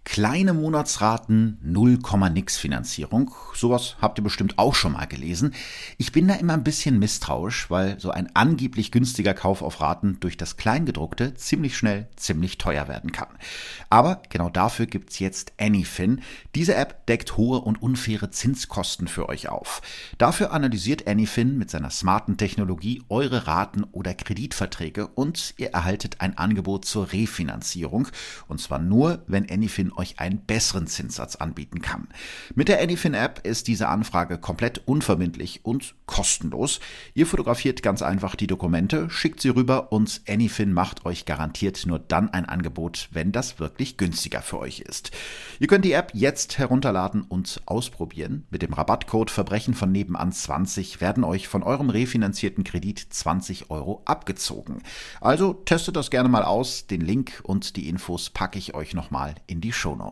Kleine Monatsraten, 0, nix Finanzierung. Sowas habt ihr bestimmt auch schon mal gelesen. Ich bin da immer ein bisschen misstrauisch, weil so ein angeblich günstiger Kauf auf Raten durch das Kleingedruckte ziemlich schnell ziemlich teuer werden kann. Aber genau dafür gibt's jetzt Anyfin. Diese App deckt hohe und unfaire Zinskosten für euch auf. Dafür analysiert Anyfin mit seiner smarten Technologie eure Raten oder Kreditverträge und ihr erhaltet ein Angebot zur Refinanzierung. Und zwar nur, wenn Anyfin euch einen besseren Zinssatz anbieten kann. Mit der Anyfin-App ist diese Anfrage komplett unverbindlich und kostenlos. Ihr fotografiert ganz einfach die Dokumente, schickt sie rüber und Anyfin macht euch garantiert nur dann ein Angebot, wenn das wirklich günstiger für euch ist. Ihr könnt die App jetzt herunterladen und ausprobieren. Mit dem Rabattcode Verbrechen von nebenan 20 werden euch von eurem refinanzierten Kredit 20 € abgezogen. Also testet das gerne mal aus. Den Link und die Infos packe ich euch nochmal in die Shownotes.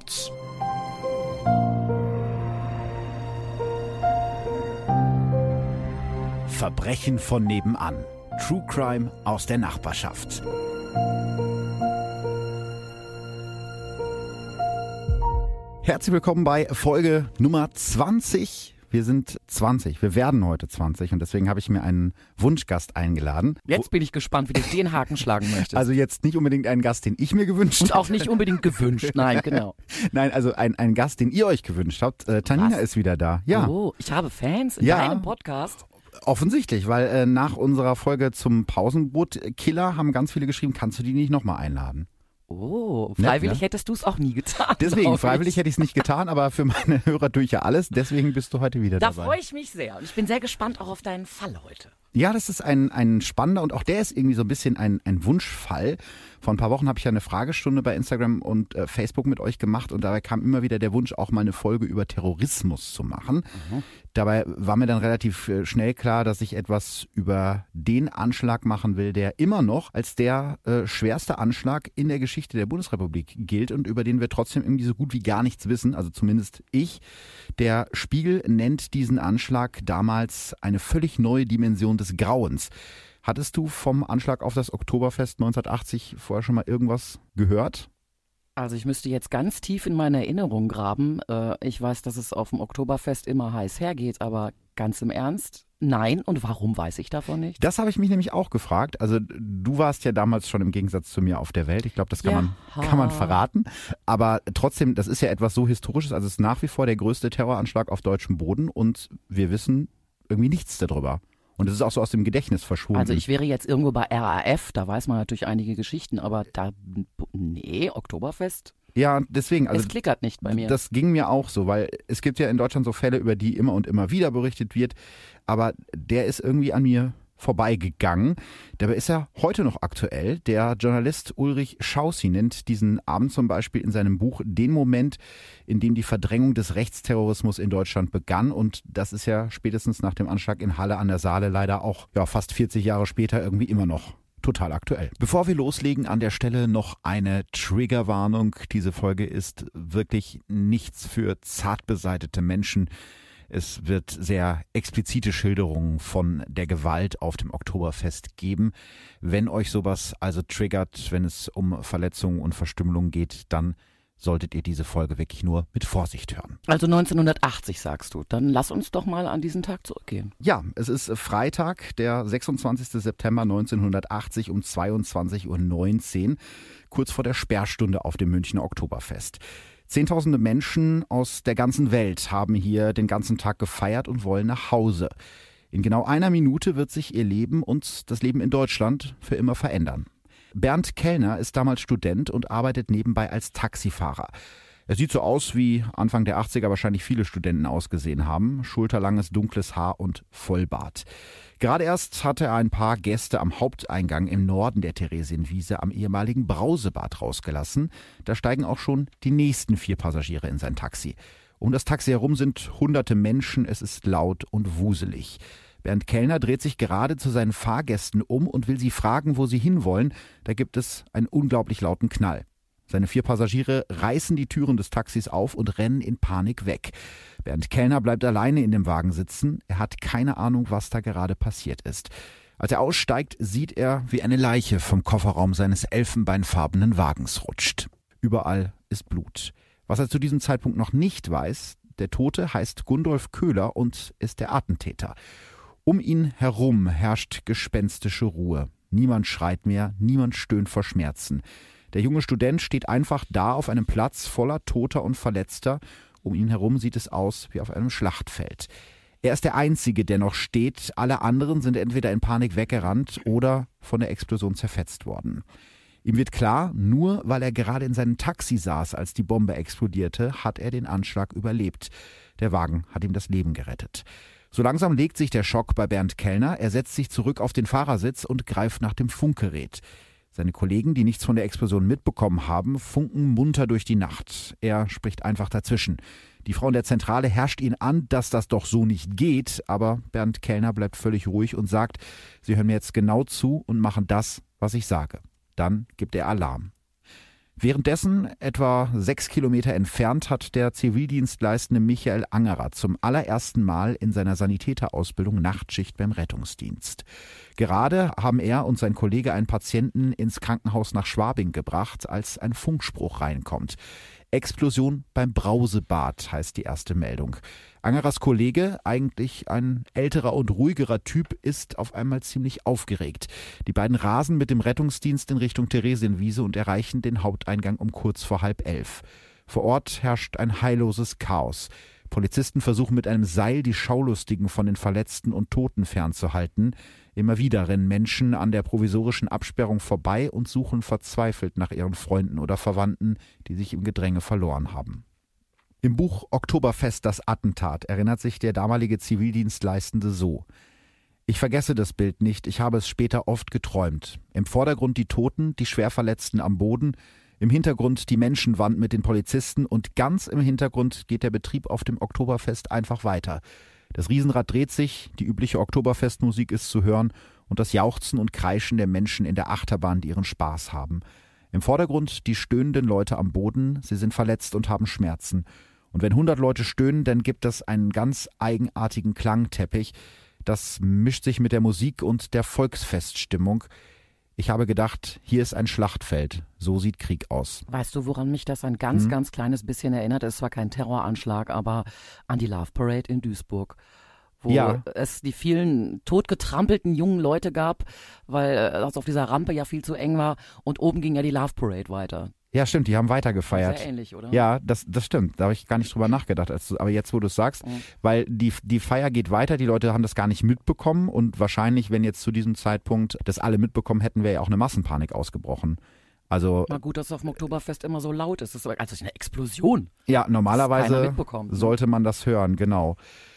Verbrechen von nebenan. True Crime aus der Nachbarschaft. Herzlich willkommen bei Folge Nummer 20. Wir sind 20, wir werden heute 20 und deswegen habe ich mir einen Wunschgast eingeladen. Jetzt bin ich gespannt, wie du den Haken schlagen möchtest. Also jetzt nicht unbedingt einen Gast, den ich mir gewünscht habe. Und auch nicht unbedingt gewünscht, nein, genau. Nein, also ein Gast, den ihr euch gewünscht habt. Tanina ist wieder da. Ja. Oh, ich habe Fans in deinem Podcast. Offensichtlich, weil nach unserer Folge zum Pausenbrot-Killer haben ganz viele geschrieben, kannst du die nicht nochmal einladen? Oh, freiwillig hättest du es auch nie getan. Deswegen, freiwillig hätte ich es nicht getan, aber für meine Hörer tue ich ja alles. Deswegen bist du heute wieder dabei. Da freue ich mich sehr und ich bin sehr gespannt auch auf deinen Fall heute. Ja, das ist ein spannender und auch der ist irgendwie so ein bisschen ein Wunschfall. Vor ein paar Wochen habe ich ja eine Fragestunde bei Instagram und Facebook mit euch gemacht und dabei kam immer wieder der Wunsch, auch mal eine Folge über Terrorismus zu machen. Mhm. Dabei war mir dann relativ schnell klar, dass ich etwas über den Anschlag machen will, der immer noch als der schwerste Anschlag in der Geschichte der Bundesrepublik gilt und über den wir trotzdem irgendwie so gut wie gar nichts wissen, also zumindest ich. Der Spiegel nennt diesen Anschlag damals eine völlig neue Dimension des Grauens. Hattest du vom Anschlag auf das Oktoberfest 1980 vorher schon mal irgendwas gehört? Also ich müsste jetzt ganz tief in meine Erinnerung graben. Ich weiß, dass es auf dem Oktoberfest immer heiß hergeht, aber ganz im Ernst, nein. Und warum weiß ich davon nicht? Das habe ich mich nämlich auch gefragt. Also du warst ja damals schon im Gegensatz zu mir auf der Welt. Ich glaube, das kann man verraten. Aber trotzdem, das ist ja etwas so Historisches. Also es ist nach wie vor der größte Terroranschlag auf deutschem Boden und wir wissen irgendwie nichts darüber. Und es ist auch so aus dem Gedächtnis verschwunden. Also ich wäre jetzt irgendwo bei RAF, da weiß man natürlich einige Geschichten, aber Oktoberfest? Ja, deswegen. Also es klickert nicht bei mir. Das ging mir auch so, weil es gibt ja in Deutschland so Fälle, über die immer und immer wieder berichtet wird, aber der ist irgendwie an mir vorbeigegangen. Dabei ist er heute noch aktuell. Der Journalist Ulrich Schaussi nennt diesen Abend zum Beispiel in seinem Buch den Moment, in dem die Verdrängung des Rechtsterrorismus in Deutschland begann. Und das ist ja spätestens nach dem Anschlag in Halle an der Saale leider auch fast 40 Jahre später irgendwie immer noch total aktuell. Bevor wir loslegen, an der Stelle noch eine Triggerwarnung. Diese Folge ist wirklich nichts für zart beseitete Menschen. Es wird sehr explizite Schilderungen von der Gewalt auf dem Oktoberfest geben. Wenn euch sowas also triggert, wenn es um Verletzungen und Verstümmelungen geht, dann solltet ihr diese Folge wirklich nur mit Vorsicht hören. Also 1980 sagst du. Dann lass uns doch mal an diesen Tag zurückgehen. Ja, es ist Freitag, der 26. September 1980 um 22:19 Uhr, kurz vor der Sperrstunde auf dem Münchner Oktoberfest. Zehntausende Menschen aus der ganzen Welt haben hier den ganzen Tag gefeiert und wollen nach Hause. In genau einer Minute wird sich ihr Leben und das Leben in Deutschland für immer verändern. Bernd Kellner ist damals Student und arbeitet nebenbei als Taxifahrer. Er sieht so aus, wie Anfang der 80er wahrscheinlich viele Studenten ausgesehen haben. Schulterlanges, dunkles Haar und Vollbart. Gerade erst hatte er ein paar Gäste am Haupteingang im Norden der Theresienwiese am ehemaligen Brausebad rausgelassen. Da steigen auch schon die nächsten 4 Passagiere in sein Taxi. Um das Taxi herum sind hunderte Menschen, es ist laut und wuselig. Bernd Kellner dreht sich gerade zu seinen Fahrgästen um und will sie fragen, wo sie hinwollen. Da gibt es einen unglaublich lauten Knall. Seine 4 Passagiere reißen die Türen des Taxis auf und rennen in Panik weg. Bernd Kellner bleibt alleine in dem Wagen sitzen. Er hat keine Ahnung, was da gerade passiert ist. Als er aussteigt, sieht er, wie eine Leiche vom Kofferraum seines elfenbeinfarbenen Wagens rutscht. Überall ist Blut. Was er zu diesem Zeitpunkt noch nicht weiß: Der Tote heißt Gundolf Köhler und ist der Attentäter. Um ihn herum herrscht gespenstische Ruhe. Niemand schreit mehr, niemand stöhnt vor Schmerzen. Der junge Student steht einfach da auf einem Platz voller Toter und Verletzter. Um ihn herum sieht es aus wie auf einem Schlachtfeld. Er ist der Einzige, der noch steht. Alle anderen sind entweder in Panik weggerannt oder von der Explosion zerfetzt worden. Ihm wird klar, nur weil er gerade in seinem Taxi saß, als die Bombe explodierte, hat er den Anschlag überlebt. Der Wagen hat ihm das Leben gerettet. So langsam legt sich der Schock bei Bernd Kellner. Er setzt sich zurück auf den Fahrersitz und greift nach dem Funkgerät. Seine Kollegen, die nichts von der Explosion mitbekommen haben, funken munter durch die Nacht. Er spricht einfach dazwischen. Die Frau in der Zentrale herrscht ihn an, dass das doch so nicht geht. Aber Bernd Kellner bleibt völlig ruhig und sagt: Sie hören mir jetzt genau zu und machen das, was ich sage. Dann gibt er Alarm. Währenddessen, etwa 6 Kilometer entfernt, hat der zivildienstleistende Michael Angerer zum allerersten Mal in seiner Sanitäterausbildung Nachtschicht beim Rettungsdienst. Gerade haben er und sein Kollege einen Patienten ins Krankenhaus nach Schwabing gebracht, als ein Funkspruch reinkommt. Explosion beim Brausebad heißt die erste Meldung. Angerers Kollege, eigentlich ein älterer und ruhigerer Typ, ist auf einmal ziemlich aufgeregt. Die beiden rasen mit dem Rettungsdienst in Richtung Theresienwiese und erreichen den Haupteingang um kurz vor 10:30. Vor Ort herrscht ein heilloses Chaos. Polizisten versuchen mit einem Seil die Schaulustigen von den Verletzten und Toten fernzuhalten. Immer wieder rennen Menschen an der provisorischen Absperrung vorbei und suchen verzweifelt nach ihren Freunden oder Verwandten, die sich im Gedränge verloren haben. Im Buch Oktoberfest, das Attentat, erinnert sich der damalige Zivildienstleistende so: Ich vergesse das Bild nicht, ich habe es später oft geträumt. Im Vordergrund die Toten, die Schwerverletzten am Boden, im Hintergrund die Menschenwand mit den Polizisten und ganz im Hintergrund geht der Betrieb auf dem Oktoberfest einfach weiter. Das Riesenrad dreht sich, die übliche Oktoberfestmusik ist zu hören und das Jauchzen und Kreischen der Menschen in der Achterbahn, die ihren Spaß haben. Im Vordergrund die stöhnenden Leute am Boden, sie sind verletzt und haben Schmerzen. Und wenn 100 Leute stöhnen, dann gibt es einen ganz eigenartigen Klangteppich. Das mischt sich mit der Musik und der Volksfeststimmung. Ich habe gedacht, hier ist ein Schlachtfeld. So sieht Krieg aus. Weißt du, woran mich das ein ganz kleines bisschen erinnert? Es war kein Terroranschlag, aber an die Love Parade in Duisburg, wo es die vielen totgetrampelten jungen Leute gab, weil es auf dieser Rampe ja viel zu eng war und oben ging ja die Love Parade weiter. Ja, stimmt, die haben weitergefeiert. Sehr ähnlich, oder? Ja, das stimmt. Da habe ich gar nicht drüber nachgedacht. Aber jetzt, wo du es sagst, weil die Feier geht weiter, die Leute haben das gar nicht mitbekommen und wahrscheinlich, wenn jetzt zu diesem Zeitpunkt das alle mitbekommen hätten, wäre ja auch eine Massenpanik ausgebrochen. Also, na gut, dass es auf dem Oktoberfest immer so laut ist. Das ist also eine Explosion. Ja, normalerweise sollte man das hören, genau.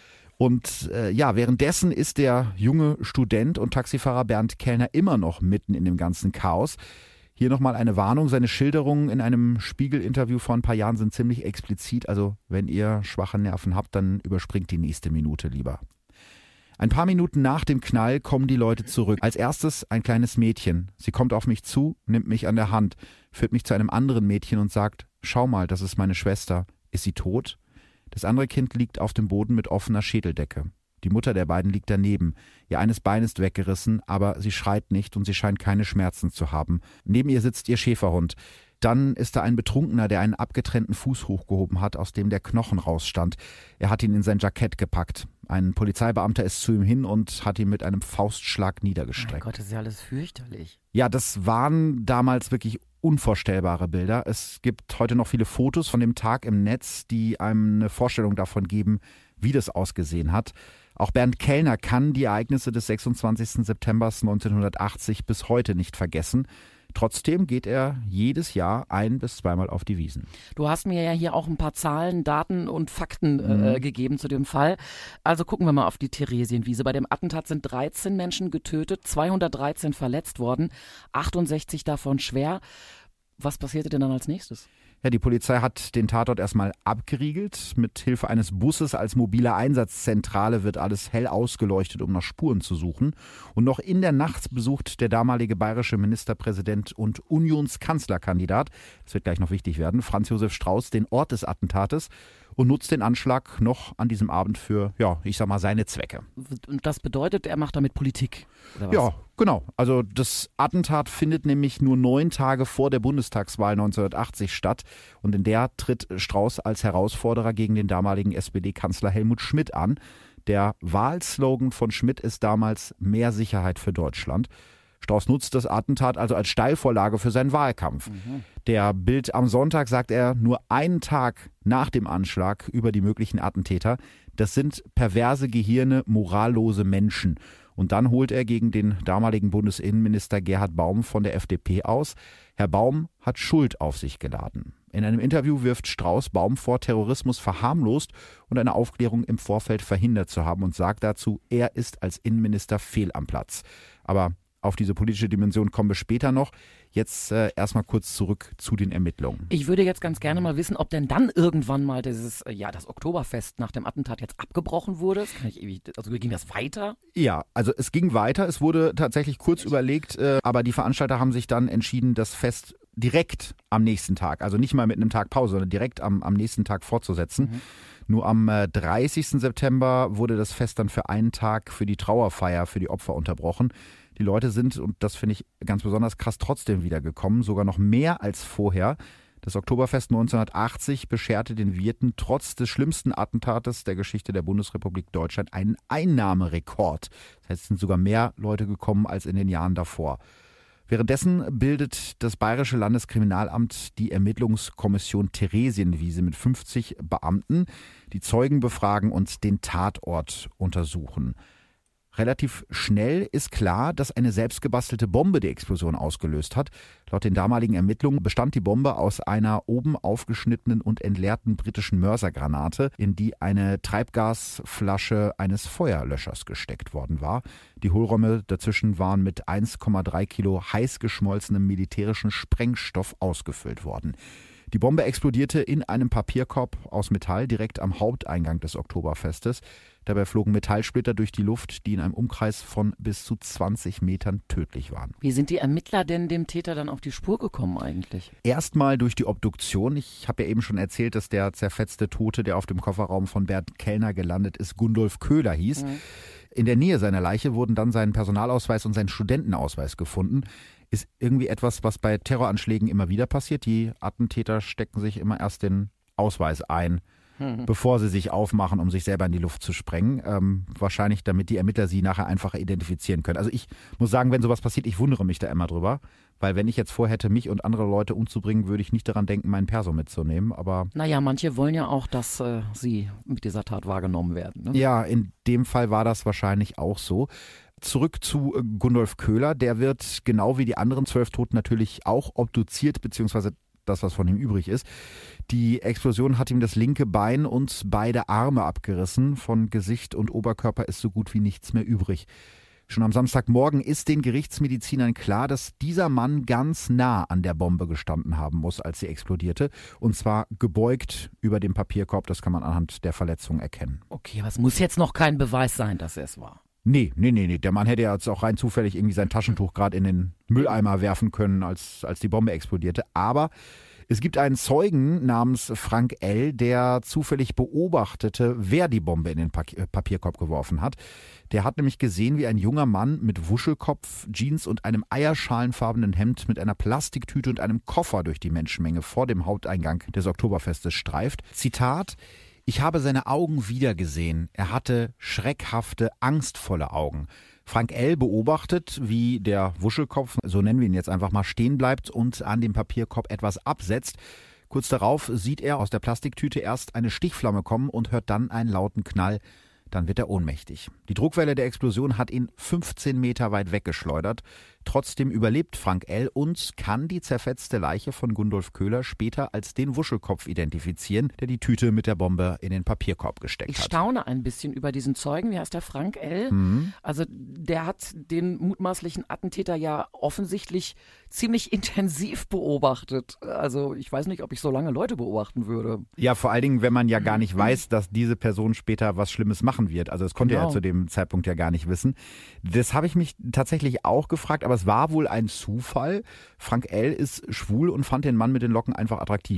Und währenddessen ist der junge Student und Taxifahrer Bernd Kellner immer noch mitten in dem ganzen Chaos. Hier nochmal eine Warnung, seine Schilderungen in einem Spiegel-Interview vor ein paar Jahren sind ziemlich explizit, also wenn ihr schwache Nerven habt, dann überspringt die nächste Minute lieber. Ein paar Minuten nach dem Knall kommen die Leute zurück. Als erstes ein kleines Mädchen. Sie kommt auf mich zu, nimmt mich an der Hand, führt mich zu einem anderen Mädchen und sagt: Schau mal, das ist meine Schwester. Ist sie tot? Das andere Kind liegt auf dem Boden mit offener Schädeldecke. Die Mutter der beiden liegt daneben. Ihr eines Bein ist weggerissen, aber sie schreit nicht und sie scheint keine Schmerzen zu haben. Neben ihr sitzt ihr Schäferhund. Dann ist da ein Betrunkener, der einen abgetrennten Fuß hochgehoben hat, aus dem der Knochen rausstand. Er hat ihn in sein Jackett gepackt. Ein Polizeibeamter ist zu ihm hin und hat ihn mit einem Faustschlag niedergestreckt. Mein Gott, das ist ja alles fürchterlich. Ja, das waren damals wirklich unvorstellbare Bilder. Es gibt heute noch viele Fotos von dem Tag im Netz, die einem eine Vorstellung davon geben, wie das ausgesehen hat. Auch Bernd Kellner kann die Ereignisse des 26. September 1980 bis heute nicht vergessen. Trotzdem geht er jedes Jahr 1- bis 2-mal auf die Wiesn. Du hast mir ja hier auch ein paar Zahlen, Daten und Fakten gegeben zu dem Fall. Also gucken wir mal auf die Theresienwiese. Bei dem Attentat sind 13 Menschen getötet, 213 verletzt worden, 68 davon schwer. Was passierte denn dann als nächstes? Ja, die Polizei hat den Tatort erstmal abgeriegelt. Mit Hilfe eines Busses als mobile Einsatzzentrale wird alles hell ausgeleuchtet, um nach Spuren zu suchen. Und noch in der Nacht besucht der damalige bayerische Ministerpräsident und Unionskanzlerkandidat, das wird gleich noch wichtig werden, Franz Josef Strauß, den Ort des Attentates. und nutzt den Anschlag noch an diesem Abend für, ich sag mal, seine Zwecke. Und das bedeutet, er macht damit Politik, oder was? Ja, genau. Also das Attentat findet nämlich nur 9 Tage vor der Bundestagswahl 1980 statt und in der tritt Strauß als Herausforderer gegen den damaligen SPD-Kanzler Helmut Schmidt an. Der Wahlslogan von Schmidt ist damals „Mehr Sicherheit für Deutschland". Strauß nutzt das Attentat also als Steilvorlage für seinen Wahlkampf. Der Bild am Sonntag sagt er nur einen Tag nach dem Anschlag über die möglichen Attentäter: Das sind perverse Gehirne, morallose Menschen. Und dann holt er gegen den damaligen Bundesinnenminister Gerhard Baum von der FDP aus. Herr Baum hat Schuld auf sich geladen. In einem Interview wirft Strauß Baum vor, Terrorismus verharmlost und eine Aufklärung im Vorfeld verhindert zu haben und sagt dazu, er ist als Innenminister fehl am Platz. Aber auf diese politische Dimension kommen wir später noch. Jetzt erstmal kurz zurück zu den Ermittlungen. Ich würde jetzt ganz gerne mal wissen, ob denn dann irgendwann mal das Oktoberfest nach dem Attentat jetzt abgebrochen wurde. Also ging das weiter? Ja, also es ging weiter. Es wurde tatsächlich kurz überlegt, aber die Veranstalter haben sich dann entschieden, das Fest direkt am nächsten Tag, also nicht mal mit einem Tag Pause, sondern direkt am nächsten Tag fortzusetzen. Nur am 30. September wurde das Fest dann für einen Tag für die Trauerfeier für die Opfer unterbrochen. Die Leute sind, und das finde ich ganz besonders krass, trotzdem wiedergekommen, sogar noch mehr als vorher. Das Oktoberfest 1980 bescherte den Wirten trotz des schlimmsten Attentates der Geschichte der Bundesrepublik Deutschland einen Einnahmerekord. Das heißt, es sind sogar mehr Leute gekommen als in den Jahren davor. Währenddessen bildet das Bayerische Landeskriminalamt die Ermittlungskommission Theresienwiese mit 50 Beamten, die Zeugen befragen und den Tatort untersuchen. Relativ schnell ist klar, dass eine selbstgebastelte Bombe die Explosion ausgelöst hat. Laut den damaligen Ermittlungen bestand die Bombe aus einer oben aufgeschnittenen und entleerten britischen Mörsergranate, in die eine Treibgasflasche eines Feuerlöschers gesteckt worden war. Die Hohlräume dazwischen waren mit 1,3 Kilo heiß geschmolzenem militärischen Sprengstoff ausgefüllt worden. Die Bombe explodierte in einem Papierkorb aus Metall direkt am Haupteingang des Oktoberfestes. Dabei flogen Metallsplitter durch die Luft, die in einem Umkreis von bis zu 20 Metern tödlich waren. Wie sind die Ermittler denn dem Täter dann auf die Spur gekommen eigentlich? Erstmal durch die Obduktion. Ich habe ja eben schon erzählt, dass der zerfetzte Tote, der auf dem Kofferraum von Bernd Kellner gelandet ist, Gundolf Köhler hieß. In der Nähe seiner Leiche wurden dann sein Personalausweis und sein Studentenausweis gefunden. Ist irgendwie etwas, was bei Terroranschlägen immer wieder passiert. Die Attentäter stecken sich immer erst den Ausweis ein, bevor sie sich aufmachen, um sich selber in die Luft zu sprengen. Wahrscheinlich, damit die Ermittler sie nachher einfacher identifizieren können. Also ich muss sagen, wenn sowas passiert, ich wundere mich da immer drüber. Weil wenn ich jetzt vorhätte, mich und andere Leute umzubringen, würde ich nicht daran denken, meinen Perso mitzunehmen. Aber naja, manche wollen ja auch, dass sie mit dieser Tat wahrgenommen werden. Ne? Ja, in dem Fall war das wahrscheinlich auch so. Zurück zu Gundolf Köhler. Der wird genau wie die anderen 12 Toten natürlich auch obduziert, beziehungsweise das, was von ihm übrig ist. Die Explosion hat ihm das linke Bein und beide Arme abgerissen. Von Gesicht und Oberkörper ist so gut wie nichts mehr übrig. Schon am Samstagmorgen ist den Gerichtsmedizinern klar, dass dieser Mann ganz nah an der Bombe gestanden haben muss, als sie explodierte. Und zwar gebeugt über dem Papierkorb. Das kann man anhand der Verletzung erkennen. Okay, aber es muss jetzt noch kein Beweis sein, dass er es war. Nee. Der Mann hätte ja jetzt auch rein zufällig irgendwie sein Taschentuch gerade in den Mülleimer werfen können, als die Bombe explodierte. Aber es gibt einen Zeugen namens Frank L., der zufällig beobachtete, wer die Bombe in den Papierkorb geworfen hat. Der hat nämlich gesehen, wie ein junger Mann mit Wuschelkopf, Jeans und einem eierschalenfarbenen Hemd mit einer Plastiktüte und einem Koffer durch die Menschenmenge vor dem Haupteingang des Oktoberfestes streift. Zitat: Ich habe seine Augen wiedergesehen. Er hatte schreckhafte, angstvolle Augen. Frank L. beobachtet, wie der Wuschelkopf, so nennen wir ihn jetzt einfach mal, stehen bleibt und an dem Papierkorb etwas absetzt. Kurz darauf sieht er aus der Plastiktüte erst eine Stichflamme kommen und hört dann einen lauten Knall. Dann wird er ohnmächtig. Die Druckwelle der Explosion hat ihn 15 Meter weit weggeschleudert. Trotzdem überlebt Frank L. und kann die zerfetzte Leiche von Gundolf Köhler später als den Wuschelkopf identifizieren, der die Tüte mit der Bombe in den Papierkorb gesteckt hat. Ich staune ein bisschen über diesen Zeugen. Wie heißt der? Frank L.? Also der hat den mutmaßlichen Attentäter ja offensichtlich ziemlich intensiv beobachtet. Also ich weiß nicht, ob ich so lange Leute beobachten würde. Ja, vor allen Dingen, wenn man ja gar nicht weiß, dass diese Person später was Schlimmes machen wird. Also das konnte er zu dem Zeitpunkt ja gar nicht wissen. Das habe ich mich tatsächlich auch gefragt, aber es war wohl ein Zufall. Frank L. ist schwul und fand den Mann mit den Locken einfach attraktiv.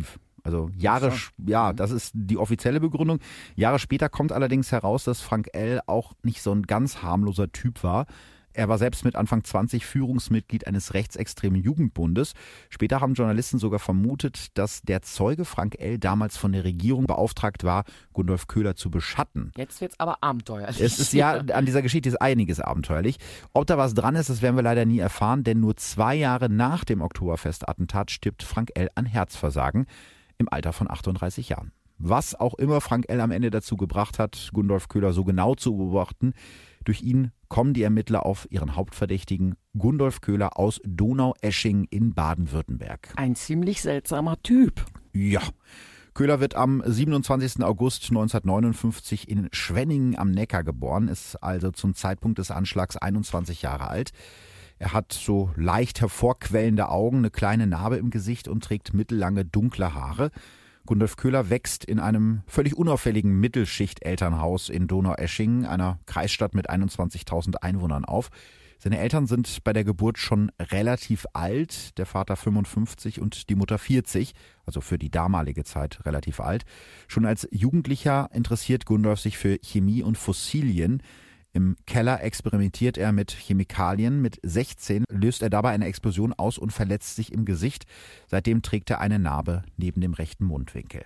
Also das ist die offizielle Begründung. Jahre später kommt allerdings heraus, dass Frank L. auch nicht so ein ganz harmloser Typ war. Er war selbst mit Anfang 20 Führungsmitglied eines rechtsextremen Jugendbundes. Später haben Journalisten sogar vermutet, dass der Zeuge Frank L. damals von der Regierung beauftragt war, Gundolf Köhler zu beschatten. Jetzt wird's aber abenteuerlich. Es ist an dieser Geschichte ist einiges abenteuerlich. Ob da was dran ist, das werden wir leider nie erfahren, denn nur 2 Jahre nach dem Oktoberfest-Attentat stirbt Frank L. an Herzversagen im Alter von 38 Jahren. Was auch immer Frank L. am Ende dazu gebracht hat, Gundolf Köhler so genau zu beobachten, durch ihn kommen die Ermittler auf ihren Hauptverdächtigen Gundolf Köhler aus Donaueschingen in Baden-Württemberg. Ein ziemlich seltsamer Typ. Ja. Köhler wird am 27. August 1959 in Schwenningen am Neckar geboren, ist also zum Zeitpunkt des Anschlags 21 Jahre alt. Er hat so leicht hervorquellende Augen, eine kleine Narbe im Gesicht und trägt mittellange dunkle Haare. Gundolf Köhler wächst in einem völlig unauffälligen Mittelschicht-Elternhaus in Donaueschingen, einer Kreisstadt mit 21.000 Einwohnern, auf. Seine Eltern sind bei der Geburt schon relativ alt, der Vater 55 und die Mutter 40, also für die damalige Zeit relativ alt. Schon als Jugendlicher interessiert Gundolf sich für Chemie und Fossilien. Im Keller experimentiert er mit Chemikalien. Mit 16 löst er dabei eine Explosion aus und verletzt sich im Gesicht. Seitdem trägt er eine Narbe neben dem rechten Mundwinkel.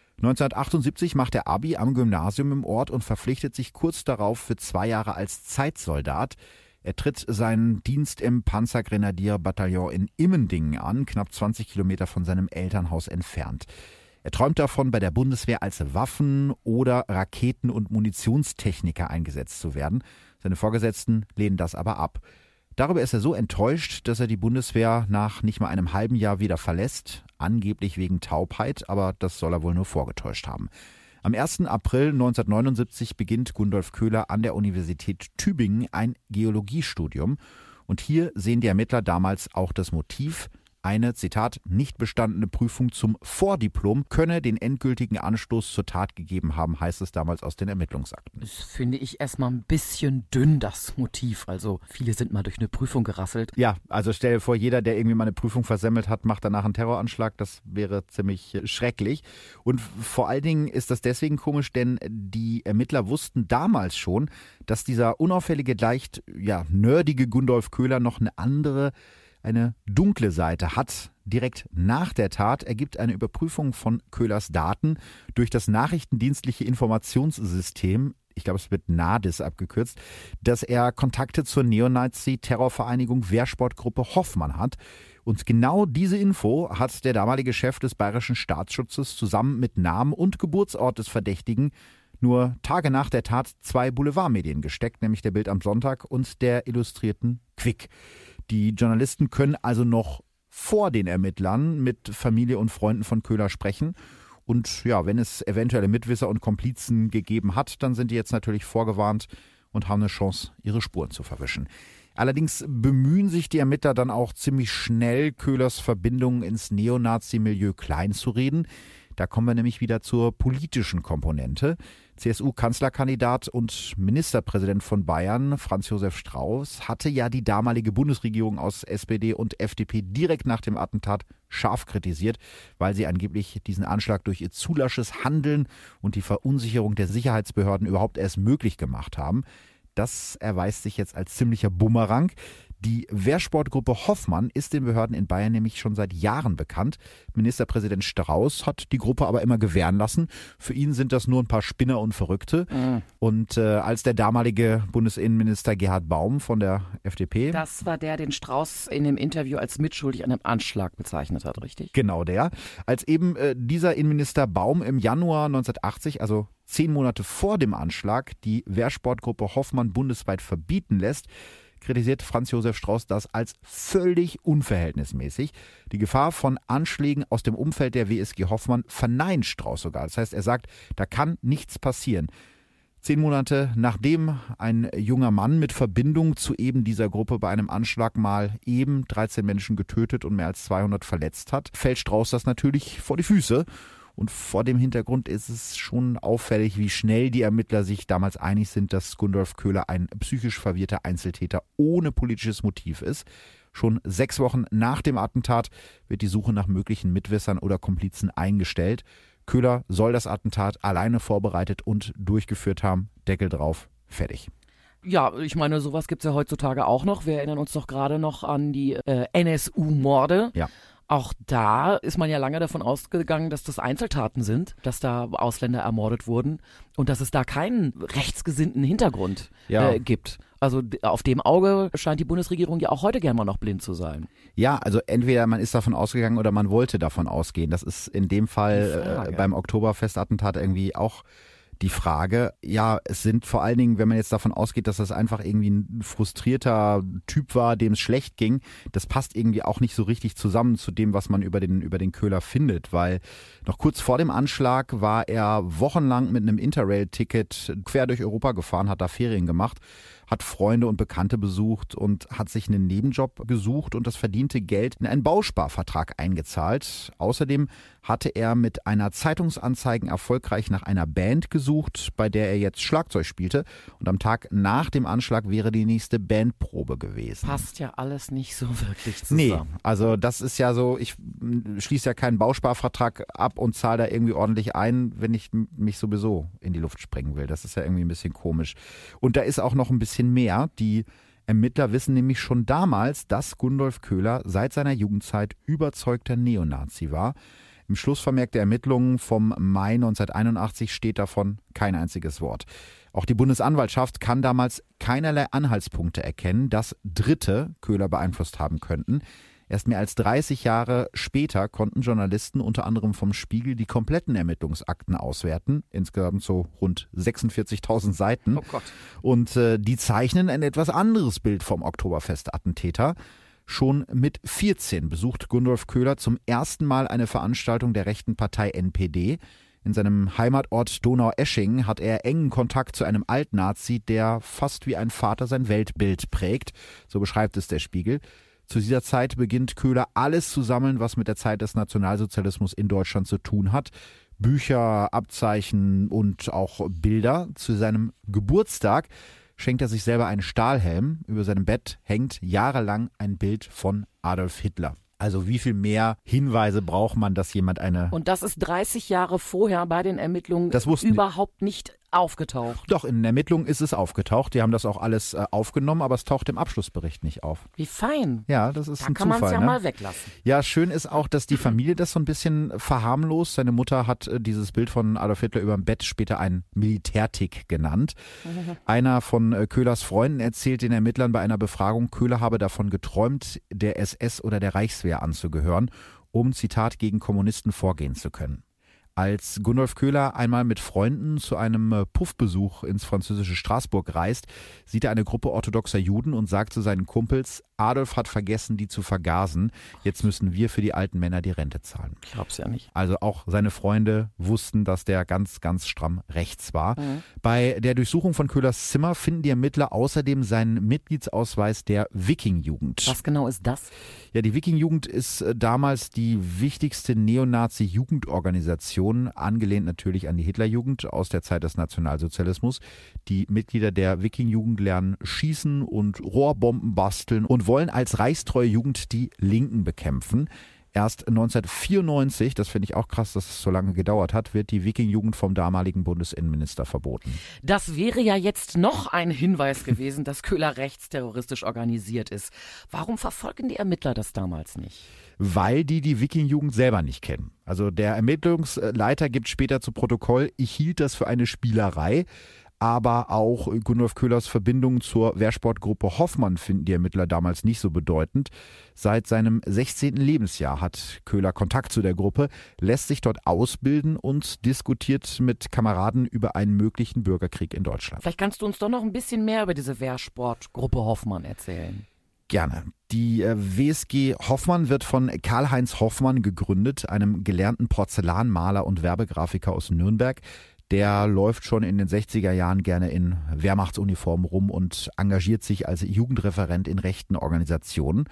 1978 macht er Abi am Gymnasium im Ort und verpflichtet sich kurz darauf für 2 Jahre als Zeitsoldat. Er tritt seinen Dienst im Panzergrenadierbataillon in Immendingen an, knapp 20 Kilometer von seinem Elternhaus entfernt. Er träumt davon, bei der Bundeswehr als Waffen- oder Raketen- und Munitionstechniker eingesetzt zu werden. Seine Vorgesetzten lehnen das aber ab. Darüber ist er so enttäuscht, dass er die Bundeswehr nach nicht mal einem halben Jahr wieder verlässt, angeblich wegen Taubheit, aber das soll er wohl nur vorgetäuscht haben. Am 1. April 1979 beginnt Gundolf Köhler an der Universität Tübingen ein Geologiestudium. Und hier sehen die Ermittler damals auch das Motiv. Eine, Zitat, nicht bestandene Prüfung zum Vordiplom könne den endgültigen Anstoß zur Tat gegeben haben, heißt es damals aus den Ermittlungsakten. Das finde ich erstmal ein bisschen dünn, das Motiv. Also viele sind mal durch eine Prüfung gerasselt. Ja, also stell dir vor, jeder, der irgendwie mal eine Prüfung versemmelt hat, macht danach einen Terroranschlag. Das wäre ziemlich schrecklich. Und vor allen Dingen ist das deswegen komisch, denn die Ermittler wussten damals schon, dass dieser unauffällige, leicht nerdige Gundolf Köhler noch eine dunkle Seite hat. Direkt nach der Tat ergibt eine Überprüfung von Köhlers Daten durch das nachrichtendienstliche Informationssystem, ich glaube es wird NADIS abgekürzt, dass er Kontakte zur Neonazi-Terrorvereinigung Wehrsportgruppe Hoffmann hat. Und genau diese Info hat der damalige Chef des Bayerischen Staatsschutzes zusammen mit Namen und Geburtsort des Verdächtigen nur Tage nach der Tat 2 Boulevardmedien gesteckt, nämlich der Bild am Sonntag und der Illustrierten Quick. Die Journalisten können also noch vor den Ermittlern mit Familie und Freunden von Köhler sprechen. Und ja, wenn es eventuelle Mitwisser und Komplizen gegeben hat, dann sind die jetzt natürlich vorgewarnt und haben eine Chance, ihre Spuren zu verwischen. Allerdings bemühen sich die Ermittler dann auch ziemlich schnell, Köhlers Verbindungen ins Neonazi-Milieu kleinzureden. Da kommen wir nämlich wieder zur politischen Komponente. CSU-Kanzlerkandidat und Ministerpräsident von Bayern, Franz Josef Strauß, hatte ja die damalige Bundesregierung aus SPD und FDP direkt nach dem Attentat scharf kritisiert, weil sie angeblich diesen Anschlag durch ihr zu lasches Handeln und die Verunsicherung der Sicherheitsbehörden überhaupt erst möglich gemacht haben. Das erweist sich jetzt als ziemlicher Bumerang. Die Wehrsportgruppe Hoffmann ist den Behörden in Bayern nämlich schon seit Jahren bekannt. Ministerpräsident Strauß hat die Gruppe aber immer gewähren lassen. Für ihn sind das nur ein paar Spinner und Verrückte. Und als der damalige Bundesinnenminister Gerhard Baum von der FDP... Das war der, den Strauß in dem Interview als mitschuldig an einem Anschlag bezeichnet hat, richtig? Genau der. Als eben dieser Innenminister Baum im Januar 1980, also 10 Monate vor dem Anschlag, die Wehrsportgruppe Hoffmann bundesweit verbieten lässt, kritisiert Franz Josef Strauß das als völlig unverhältnismäßig. Die Gefahr von Anschlägen aus dem Umfeld der WSG Hoffmann verneint Strauß sogar. Das heißt, er sagt, da kann nichts passieren. 10 Monate nachdem ein junger Mann mit Verbindung zu eben dieser Gruppe bei einem Anschlag mal eben 13 Menschen getötet und mehr als 200 verletzt hat, fällt Strauß das natürlich vor die Füße. Und vor dem Hintergrund ist es schon auffällig, wie schnell die Ermittler sich damals einig sind, dass Gundolf Köhler ein psychisch verwirrter Einzeltäter ohne politisches Motiv ist. Schon 6 Wochen nach dem Attentat wird die Suche nach möglichen Mitwissern oder Komplizen eingestellt. Köhler soll das Attentat alleine vorbereitet und durchgeführt haben. Deckel drauf, fertig. Ja, ich meine, sowas gibt es ja heutzutage auch noch. Wir erinnern uns doch gerade noch an die NSU-Morde. Ja. Auch da ist man ja lange davon ausgegangen, dass das Einzeltaten sind, dass da Ausländer ermordet wurden und dass es da keinen rechtsgesinnten Hintergrund gibt. Also auf dem Auge scheint die Bundesregierung ja auch heute gerne mal noch blind zu sein. Ja, also entweder man ist davon ausgegangen oder man wollte davon ausgehen. Das ist in dem Fall beim Oktoberfestattentat irgendwie auch die Frage. Ja, es sind vor allen Dingen, wenn man jetzt davon ausgeht, dass das einfach irgendwie ein frustrierter Typ war, dem es schlecht ging, das passt irgendwie auch nicht so richtig zusammen zu dem, was man über den Köhler findet, weil noch kurz vor dem Anschlag war er wochenlang mit einem Interrail-Ticket quer durch Europa gefahren, hat da Ferien gemacht, hat Freunde und Bekannte besucht und hat sich einen Nebenjob gesucht und das verdiente Geld in einen Bausparvertrag eingezahlt. Außerdem hatte er mit einer Zeitungsanzeigen erfolgreich nach einer Band gesucht, bei der er jetzt Schlagzeug spielte. Und am Tag nach dem Anschlag wäre die nächste Bandprobe gewesen. Passt ja alles nicht so wirklich zusammen. Nee, also das ist ja so, ich schließe ja keinen Bausparvertrag ab und zahle da irgendwie ordentlich ein, wenn ich mich sowieso in die Luft sprengen will. Das ist ja irgendwie ein bisschen komisch. Und da ist auch noch ein bisschen mehr. Die Ermittler wissen nämlich schon damals, dass Gundolf Köhler seit seiner Jugendzeit überzeugter Neonazi war. Im Schlussvermerk der Ermittlungen vom Mai 1981 steht davon kein einziges Wort. Auch die Bundesanwaltschaft kann damals keinerlei Anhaltspunkte erkennen, dass Dritte Köhler beeinflusst haben könnten. Erst mehr als 30 Jahre später konnten Journalisten unter anderem vom Spiegel die kompletten Ermittlungsakten auswerten, insgesamt so rund 46.000 Seiten. Oh Gott. Und die zeichnen ein etwas anderes Bild vom Oktoberfest-Attentäter. Schon mit 14 besucht Gundolf Köhler zum ersten Mal eine Veranstaltung der rechten Partei NPD. In seinem Heimatort Donaueschingen hat er engen Kontakt zu einem Altnazi, der fast wie ein Vater sein Weltbild prägt. So beschreibt es der Spiegel. Zu dieser Zeit beginnt Köhler alles zu sammeln, was mit der Zeit des Nationalsozialismus in Deutschland zu tun hat. Bücher, Abzeichen und auch Bilder. Zu seinem Geburtstag schenkt er sich selber einen Stahlhelm. Über seinem Bett hängt jahrelang ein Bild von Adolf Hitler. Also wie viel mehr Hinweise braucht man, dass jemand eine... Und das ist 30 Jahre vorher bei den Ermittlungen überhaupt nicht aufgetaucht. Doch, in den Ermittlungen ist es aufgetaucht. Die haben das auch alles aufgenommen, aber es taucht im Abschlussbericht nicht auf. Wie fein. Ja, das ist da ein kann Zufall. Man es ja ne? mal weglassen. Ja, schön ist auch, dass die Familie das so ein bisschen verharmlost. Seine Mutter hat dieses Bild von Adolf Hitler über dem Bett später einen Militärtick genannt. Einer von Köhlers Freunden erzählt den Ermittlern bei einer Befragung, Köhler habe davon geträumt, der SS oder der Reichswehr anzugehören, um, Zitat, gegen Kommunisten vorgehen zu können. Als Gundolf Köhler einmal mit Freunden zu einem Puffbesuch ins französische Straßburg reist, sieht er eine Gruppe orthodoxer Juden und sagt zu seinen Kumpels, Adolf hat vergessen, die zu vergasen. Jetzt müssen wir für die alten Männer die Rente zahlen. Ich glaub's ja nicht. Also auch seine Freunde wussten, dass der ganz, ganz stramm rechts war. Bei der Durchsuchung von Köhlers Zimmer finden die Ermittler außerdem seinen Mitgliedsausweis der Wiking-Jugend. Was genau ist das? Ja, die Wiking-Jugend ist damals die wichtigste Neonazi-Jugendorganisation, angelehnt natürlich an die Hitlerjugend aus der Zeit des Nationalsozialismus. Die Mitglieder der Wiking-Jugend lernen schießen und Rohrbomben basteln und wollen als reichstreue Jugend die Linken bekämpfen. Erst 1994, das finde ich auch krass, dass es so lange gedauert hat, wird die Wiking-Jugend vom damaligen Bundesinnenminister verboten. Das wäre ja jetzt noch ein Hinweis gewesen, dass Köhler rechtsterroristisch organisiert ist. Warum verfolgen die Ermittler das damals nicht? Weil die Wiking-Jugend selber nicht kennen. Also der Ermittlungsleiter gibt später zu Protokoll, ich hielt das für eine Spielerei. Aber auch Gundolf Köhlers Verbindung zur Wehrsportgruppe Hoffmann finden die Ermittler damals nicht so bedeutend. Seit seinem 16. Lebensjahr hat Köhler Kontakt zu der Gruppe, lässt sich dort ausbilden und diskutiert mit Kameraden über einen möglichen Bürgerkrieg in Deutschland. Vielleicht kannst du uns doch noch ein bisschen mehr über diese Wehrsportgruppe Hoffmann erzählen. Gerne. Die WSG Hoffmann wird von Karl-Heinz Hoffmann gegründet, einem gelernten Porzellanmaler und Werbegrafiker aus Nürnberg. Der läuft schon in den 60er Jahren gerne in Wehrmachtsuniform rum und engagiert sich als Jugendreferent in rechten Organisationen.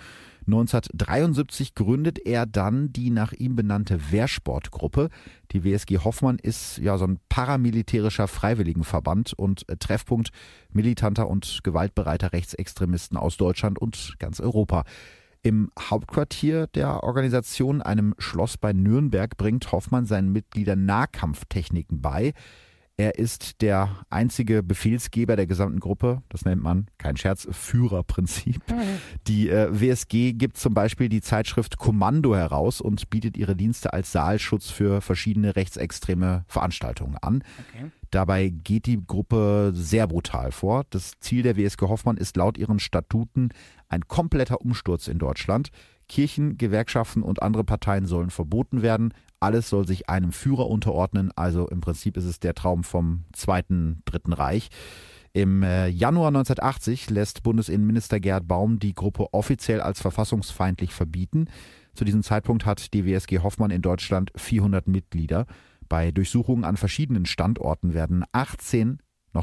1973 gründet er dann die nach ihm benannte Wehrsportgruppe. Die WSG Hoffmann ist ja so ein paramilitärischer Freiwilligenverband und Treffpunkt militanter und gewaltbereiter Rechtsextremisten aus Deutschland und ganz Europa. Im Hauptquartier der Organisation, einem Schloss bei Nürnberg, bringt Hoffmann seinen Mitgliedern Nahkampftechniken bei. Er ist der einzige Befehlsgeber der gesamten Gruppe. Das nennt man, kein Scherz, Führerprinzip. Die WSG gibt zum Beispiel die Zeitschrift Kommando heraus und bietet ihre Dienste als Saalschutz für verschiedene rechtsextreme Veranstaltungen an. Okay. Dabei geht die Gruppe sehr brutal vor. Das Ziel der WSG Hoffmann ist laut ihren Statuten ein kompletter Umsturz in Deutschland. Kirchen, Gewerkschaften und andere Parteien sollen verboten werden. Alles soll sich einem Führer unterordnen. Also im Prinzip ist es der Traum vom Dritten Reich. Im Januar 1980 lässt Bundesinnenminister Gerhard Baum die Gruppe offiziell als verfassungsfeindlich verbieten. Zu diesem Zeitpunkt hat die WSG Hoffmann in Deutschland 400 Mitglieder. Bei Durchsuchungen an verschiedenen Standorten werden 18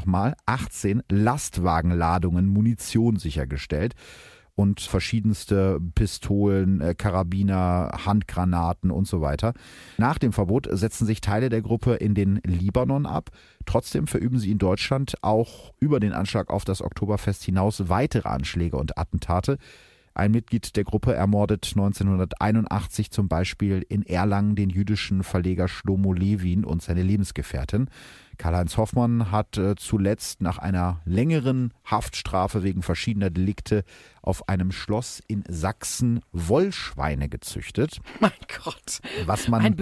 Lastwagenladungen Munition sichergestellt. Und verschiedenste Pistolen, Karabiner, Handgranaten und so weiter. Nach dem Verbot setzen sich Teile der Gruppe in den Libanon ab. Trotzdem verüben sie in Deutschland auch über den Anschlag auf das Oktoberfest hinaus weitere Anschläge und Attentate. Ein Mitglied der Gruppe ermordet 1981 zum Beispiel in Erlangen den jüdischen Verleger Shlomo Levin und seine Lebensgefährtin. Karl-Heinz Hoffmann hat zuletzt nach einer längeren Haftstrafe wegen verschiedener Delikte auf einem Schloss in Sachsen Wollschweine gezüchtet. Mein Gott, ein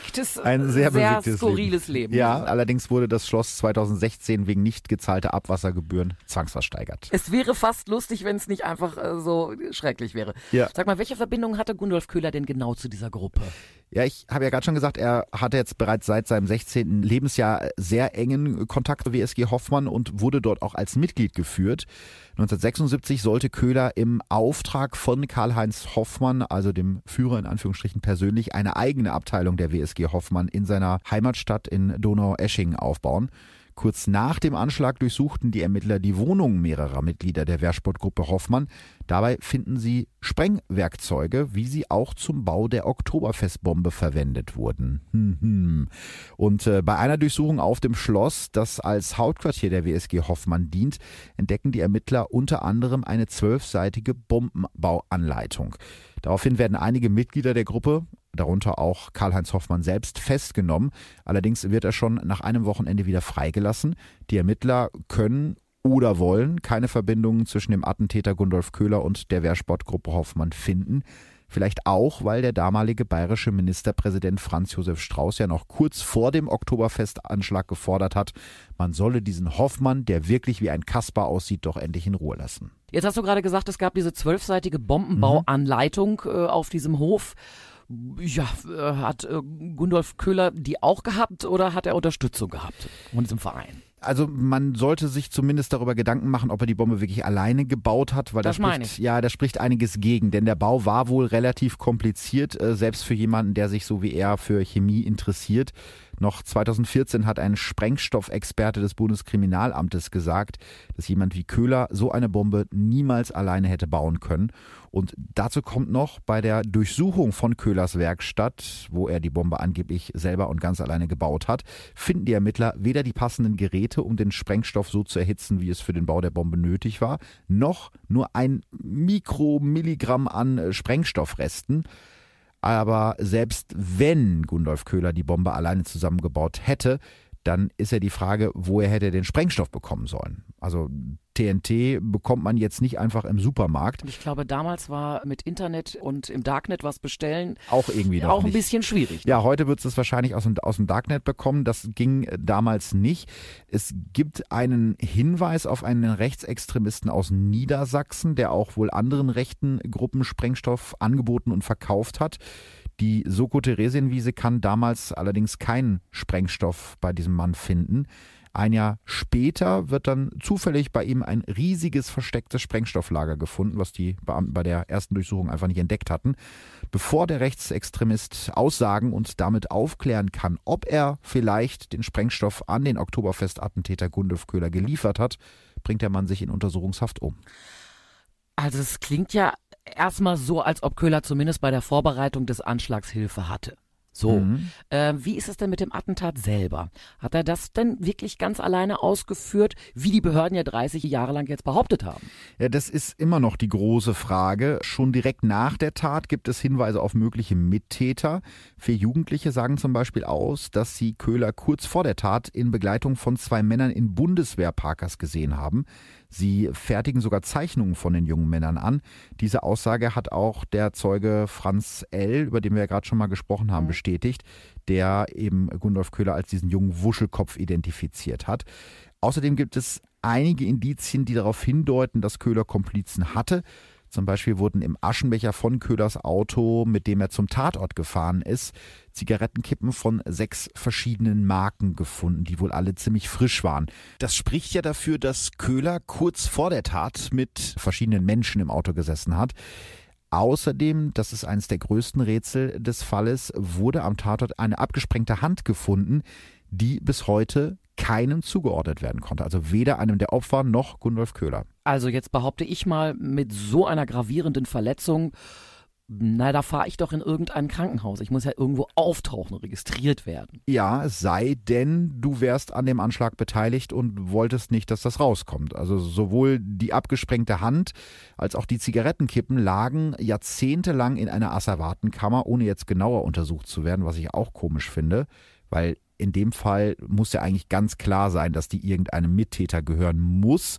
sehr bewegtes, skurriles Leben. Ja, allerdings wurde das Schloss 2016 wegen nicht gezahlter Abwassergebühren zwangsversteigert. Es wäre fast lustig, wenn es nicht einfach so schrecklich wäre. Ja. Sag mal, welche Verbindung hatte Gundolf Köhler denn genau zu dieser Gruppe? Ja, ich habe ja gerade schon gesagt, er hatte jetzt bereits seit seinem 16. Lebensjahr sehr engen Kontakt zur WSG Hoffmann und wurde dort auch als Mitglied geführt. 1976 sollte Köhler im Auftrag von Karl-Heinz Hoffmann, also dem Führer in Anführungsstrichen persönlich, eine eigene Abteilung der WSG Hoffmann in seiner Heimatstadt in Donaueschingen aufbauen. Kurz nach dem Anschlag durchsuchten die Ermittler die Wohnungen mehrerer Mitglieder der Wehrsportgruppe Hoffmann. Dabei finden sie Sprengwerkzeuge, wie sie auch zum Bau der Oktoberfestbombe verwendet wurden. Und bei einer Durchsuchung auf dem Schloss, das als Hauptquartier der WSG Hoffmann dient, entdecken die Ermittler unter anderem eine 12-seitige Bombenbauanleitung. Daraufhin werden einige Mitglieder der Gruppe, darunter auch Karl-Heinz Hoffmann selbst, festgenommen. Allerdings wird er schon nach einem Wochenende wieder freigelassen. Die Ermittler können oder wollen keine Verbindungen zwischen dem Attentäter Gundolf Köhler und der Wehrsportgruppe Hoffmann finden. Vielleicht auch, weil der damalige bayerische Ministerpräsident Franz Josef Strauß ja noch kurz vor dem Oktoberfestanschlag gefordert hat, man solle diesen Hoffmann, der wirklich wie ein Kasper aussieht, doch endlich in Ruhe lassen. Jetzt hast du gerade gesagt, es gab diese 12-seitige Bombenbauanleitung auf diesem Hof. Ja, hat Gundolf Köhler die auch gehabt oder hat er Unterstützung gehabt von diesem Verein? Also man sollte sich zumindest darüber Gedanken machen, ob er die Bombe wirklich alleine gebaut hat, weil da spricht einiges gegen, denn der Bau war wohl relativ kompliziert, selbst für jemanden, der sich so wie er für Chemie interessiert. Noch 2014 hat ein Sprengstoffexperte des Bundeskriminalamtes gesagt, dass jemand wie Köhler so eine Bombe niemals alleine hätte bauen können. Und dazu kommt noch, bei der Durchsuchung von Köhlers Werkstatt, wo er die Bombe angeblich selber und ganz alleine gebaut hat, finden die Ermittler weder die passenden Geräte, um den Sprengstoff so zu erhitzen, wie es für den Bau der Bombe nötig war, noch nur ein Mikromilligramm an Sprengstoffresten. Aber selbst wenn Gundolf Köhler die Bombe alleine zusammengebaut hätte, dann ist ja die Frage, woher hätte er den Sprengstoff bekommen sollen. Also TNT bekommt man jetzt nicht einfach im Supermarkt. Ich glaube, damals war mit Internet und im Darknet was bestellen auch irgendwie noch auch ein bisschen schwierig. Ja, heute wird es wahrscheinlich aus dem Darknet bekommen. Das ging damals nicht. Es gibt einen Hinweis auf einen Rechtsextremisten aus Niedersachsen, der auch wohl anderen rechten Gruppen Sprengstoff angeboten und verkauft hat. Die Soko Theresienwiese kann damals allerdings keinen Sprengstoff bei diesem Mann finden. Ein Jahr später wird dann zufällig bei ihm ein riesiges verstecktes Sprengstofflager gefunden, was die Beamten bei der ersten Durchsuchung einfach nicht entdeckt hatten. Bevor der Rechtsextremist aussagen und damit aufklären kann, ob er vielleicht den Sprengstoff an den Oktoberfestattentäter Gundolf Köhler geliefert hat, bringt der Mann sich in Untersuchungshaft um. Also es klingt ja erstmal so, als ob Köhler zumindest bei der Vorbereitung des Anschlags Hilfe hatte. So, wie ist es denn mit dem Attentat selber? Hat er das denn wirklich ganz alleine ausgeführt, wie die Behörden ja 30 Jahre lang jetzt behauptet haben? Ja, das ist immer noch die große Frage. Schon direkt nach der Tat gibt es Hinweise auf mögliche Mittäter. 4 Jugendliche sagen zum Beispiel aus, dass sie Köhler kurz vor der Tat in Begleitung von 2 Männern in Bundeswehrparkers gesehen haben. Sie fertigen sogar Zeichnungen von den jungen Männern an. Diese Aussage hat auch der Zeuge Franz L., über den wir ja gerade schon mal gesprochen haben, bestätigt, der eben Gundolf Köhler als diesen jungen Wuschelkopf identifiziert hat. Außerdem gibt es einige Indizien, die darauf hindeuten, dass Köhler Komplizen hatte. Zum Beispiel wurden im Aschenbecher von Köhlers Auto, mit dem er zum Tatort gefahren ist, Zigarettenkippen von 6 verschiedenen Marken gefunden, die wohl alle ziemlich frisch waren. Das spricht ja dafür, dass Köhler kurz vor der Tat mit verschiedenen Menschen im Auto gesessen hat. Außerdem, das ist eines der größten Rätsel des Falles, wurde am Tatort eine abgesprengte Hand gefunden, die bis heute keinem zugeordnet werden konnte. Also weder einem der Opfer noch Gundolf Köhler. Also jetzt behaupte ich mal, mit so einer gravierenden Verletzung, da fahre ich doch in irgendein Krankenhaus. Ich muss ja irgendwo auftauchen, registriert werden. Ja, es sei denn, du wärst an dem Anschlag beteiligt und wolltest nicht, dass das rauskommt. Also sowohl die abgesprengte Hand als auch die Zigarettenkippen lagen jahrzehntelang in einer Asservatenkammer, ohne jetzt genauer untersucht zu werden, was ich auch komisch finde, weil in dem Fall muss ja eigentlich ganz klar sein, dass die irgendeinem Mittäter gehören muss.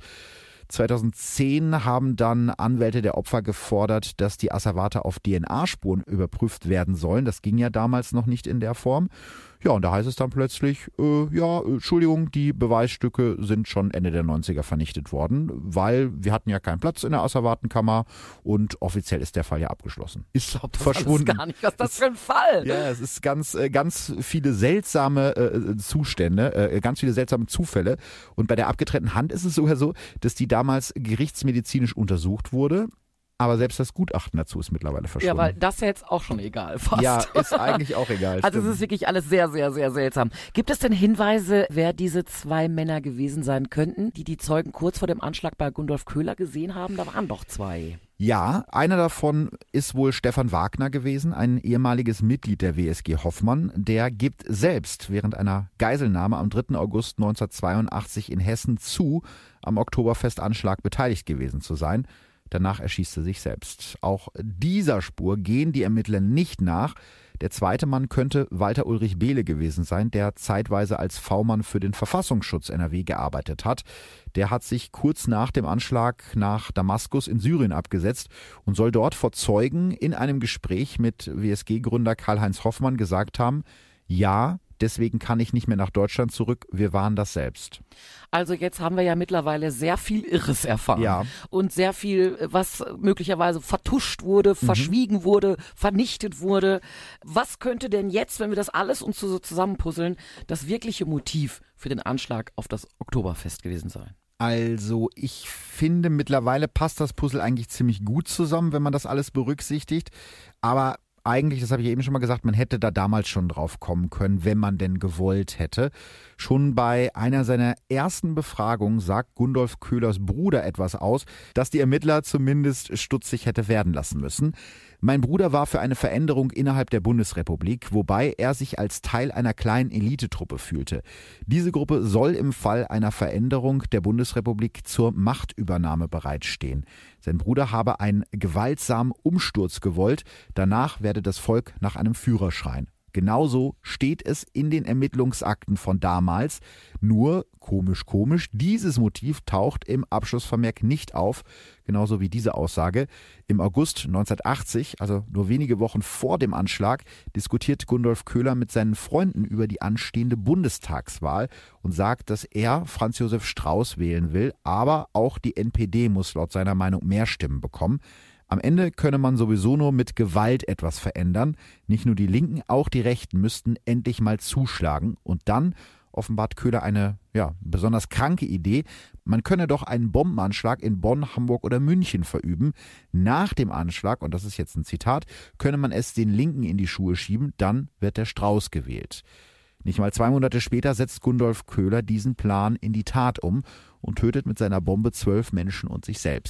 2010 haben dann Anwälte der Opfer gefordert, dass die Asservate auf DNA-Spuren überprüft werden sollen. Das ging ja damals noch nicht in der Form. Ja, und da heißt es dann plötzlich, Entschuldigung, die Beweisstücke sind schon Ende der 90er vernichtet worden, weil wir hatten ja keinen Platz in der Asservatenkammer und offiziell ist der Fall ja abgeschlossen. Ich glaube das verschwunden. Gar nicht, was ist das für ein Fall? Ja, es ist ganz viele seltsame Zustände, ganz viele seltsame Zufälle. Und bei der abgetrennten Hand ist es sogar so, dass die damals gerichtsmedizinisch untersucht wurde. Aber selbst das Gutachten dazu ist mittlerweile verschwunden. Ja, weil das ist ja jetzt auch schon egal fast. Ja, ist eigentlich auch egal. Also es ist wirklich alles sehr, sehr, sehr seltsam. Gibt es denn Hinweise, wer diese 2 Männer gewesen sein könnten, die die Zeugen kurz vor dem Anschlag bei Gundolf Köhler gesehen haben? Da waren doch 2. Ja, einer davon ist wohl Stefan Wagner gewesen, ein ehemaliges Mitglied der WSG Hoffmann. Der gibt selbst während einer Geiselnahme am 3. August 1982 in Hessen zu, am Oktoberfestanschlag beteiligt gewesen zu sein. Danach erschießt er sich selbst. Auch dieser Spur gehen die Ermittler nicht nach. Der zweite Mann könnte Walter Ulrich Behle gewesen sein, der zeitweise als V-Mann für den Verfassungsschutz NRW gearbeitet hat. Der hat sich kurz nach dem Anschlag nach Damaskus in Syrien abgesetzt und soll dort vor Zeugen in einem Gespräch mit WSG-Gründer Karl-Heinz Hoffmann gesagt haben, ja, deswegen kann ich nicht mehr nach Deutschland zurück, wir waren das selbst. Also jetzt haben wir ja mittlerweile sehr viel Irres erfahren. Ja. Und sehr viel, was möglicherweise vertuscht wurde, verschwiegen wurde, vernichtet wurde. Was könnte denn jetzt, wenn wir das alles uns so zusammenpuzzeln, das wirkliche Motiv für den Anschlag auf das Oktoberfest gewesen sein? Also ich finde, mittlerweile passt das Puzzle eigentlich ziemlich gut zusammen, wenn man das alles berücksichtigt. Aber eigentlich, das habe ich eben schon mal gesagt, man hätte da damals schon drauf kommen können, wenn man denn gewollt hätte. Schon bei einer seiner ersten Befragungen sagt Gundolf Köhlers Bruder etwas aus, das die Ermittler zumindest stutzig hätte werden lassen müssen. Mein Bruder war für eine Veränderung innerhalb der Bundesrepublik, wobei er sich als Teil einer kleinen Elitetruppe fühlte. Diese Gruppe soll im Fall einer Veränderung der Bundesrepublik zur Machtübernahme bereitstehen. Sein Bruder habe einen gewaltsamen Umsturz gewollt, danach werde das Volk nach einem Führer schreien. Genauso steht es in den Ermittlungsakten von damals. Nur, komisch, dieses Motiv taucht im Abschlussvermerk nicht auf, genauso wie diese Aussage. Im August 1980, also nur wenige Wochen vor dem Anschlag, diskutiert Gundolf Köhler mit seinen Freunden über die anstehende Bundestagswahl und sagt, dass er Franz Josef Strauß wählen will, aber auch die NPD muss laut seiner Meinung mehr Stimmen bekommen. Am Ende könne man sowieso nur mit Gewalt etwas verändern. Nicht nur die Linken, auch die Rechten müssten endlich mal zuschlagen. Und dann offenbart Köhler eine besonders kranke Idee. Man könne doch einen Bombenanschlag in Bonn, Hamburg oder München verüben. Nach dem Anschlag, und das ist jetzt ein Zitat, könne man es den Linken in die Schuhe schieben, dann wird der Strauß gewählt. Nicht mal 2 Monate später setzt Gundolf Köhler diesen Plan in die Tat um und tötet mit seiner Bombe 12 Menschen und sich selbst.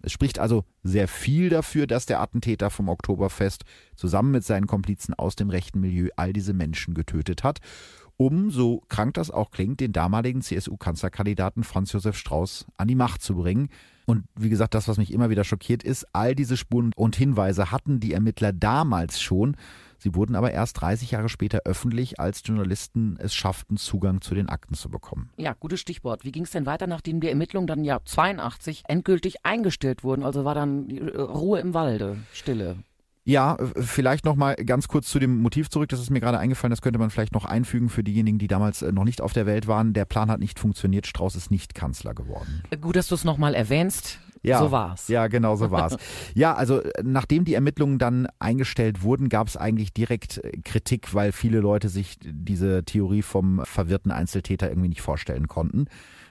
Es spricht also sehr viel dafür, dass der Attentäter vom Oktoberfest zusammen mit seinen Komplizen aus dem rechten Milieu all diese Menschen getötet hat, um, so krank das auch klingt, den damaligen CSU-Kanzlerkandidaten Franz Josef Strauß an die Macht zu bringen. Und wie gesagt, das, was mich immer wieder schockiert ist, all diese Spuren und Hinweise hatten die Ermittler damals schon. Sie wurden aber erst 30 Jahre später öffentlich, als Journalisten es schafften, Zugang zu den Akten zu bekommen. Ja, gutes Stichwort. Wie ging es denn weiter, nachdem die Ermittlungen dann 82 endgültig eingestellt wurden? Also war dann Ruhe im Walde, Stille. Ja, vielleicht noch mal ganz kurz zu dem Motiv zurück. Das ist mir gerade eingefallen. Das könnte man vielleicht noch einfügen für diejenigen, die damals noch nicht auf der Welt waren. Der Plan hat nicht funktioniert. Strauß ist nicht Kanzler geworden. Gut, dass du es noch mal erwähnst. Ja, so war's. Ja, genau so war's. Ja, also nachdem die Ermittlungen dann eingestellt wurden, gab es eigentlich direkt Kritik, weil viele Leute sich diese Theorie vom verwirrten Einzeltäter irgendwie nicht vorstellen konnten.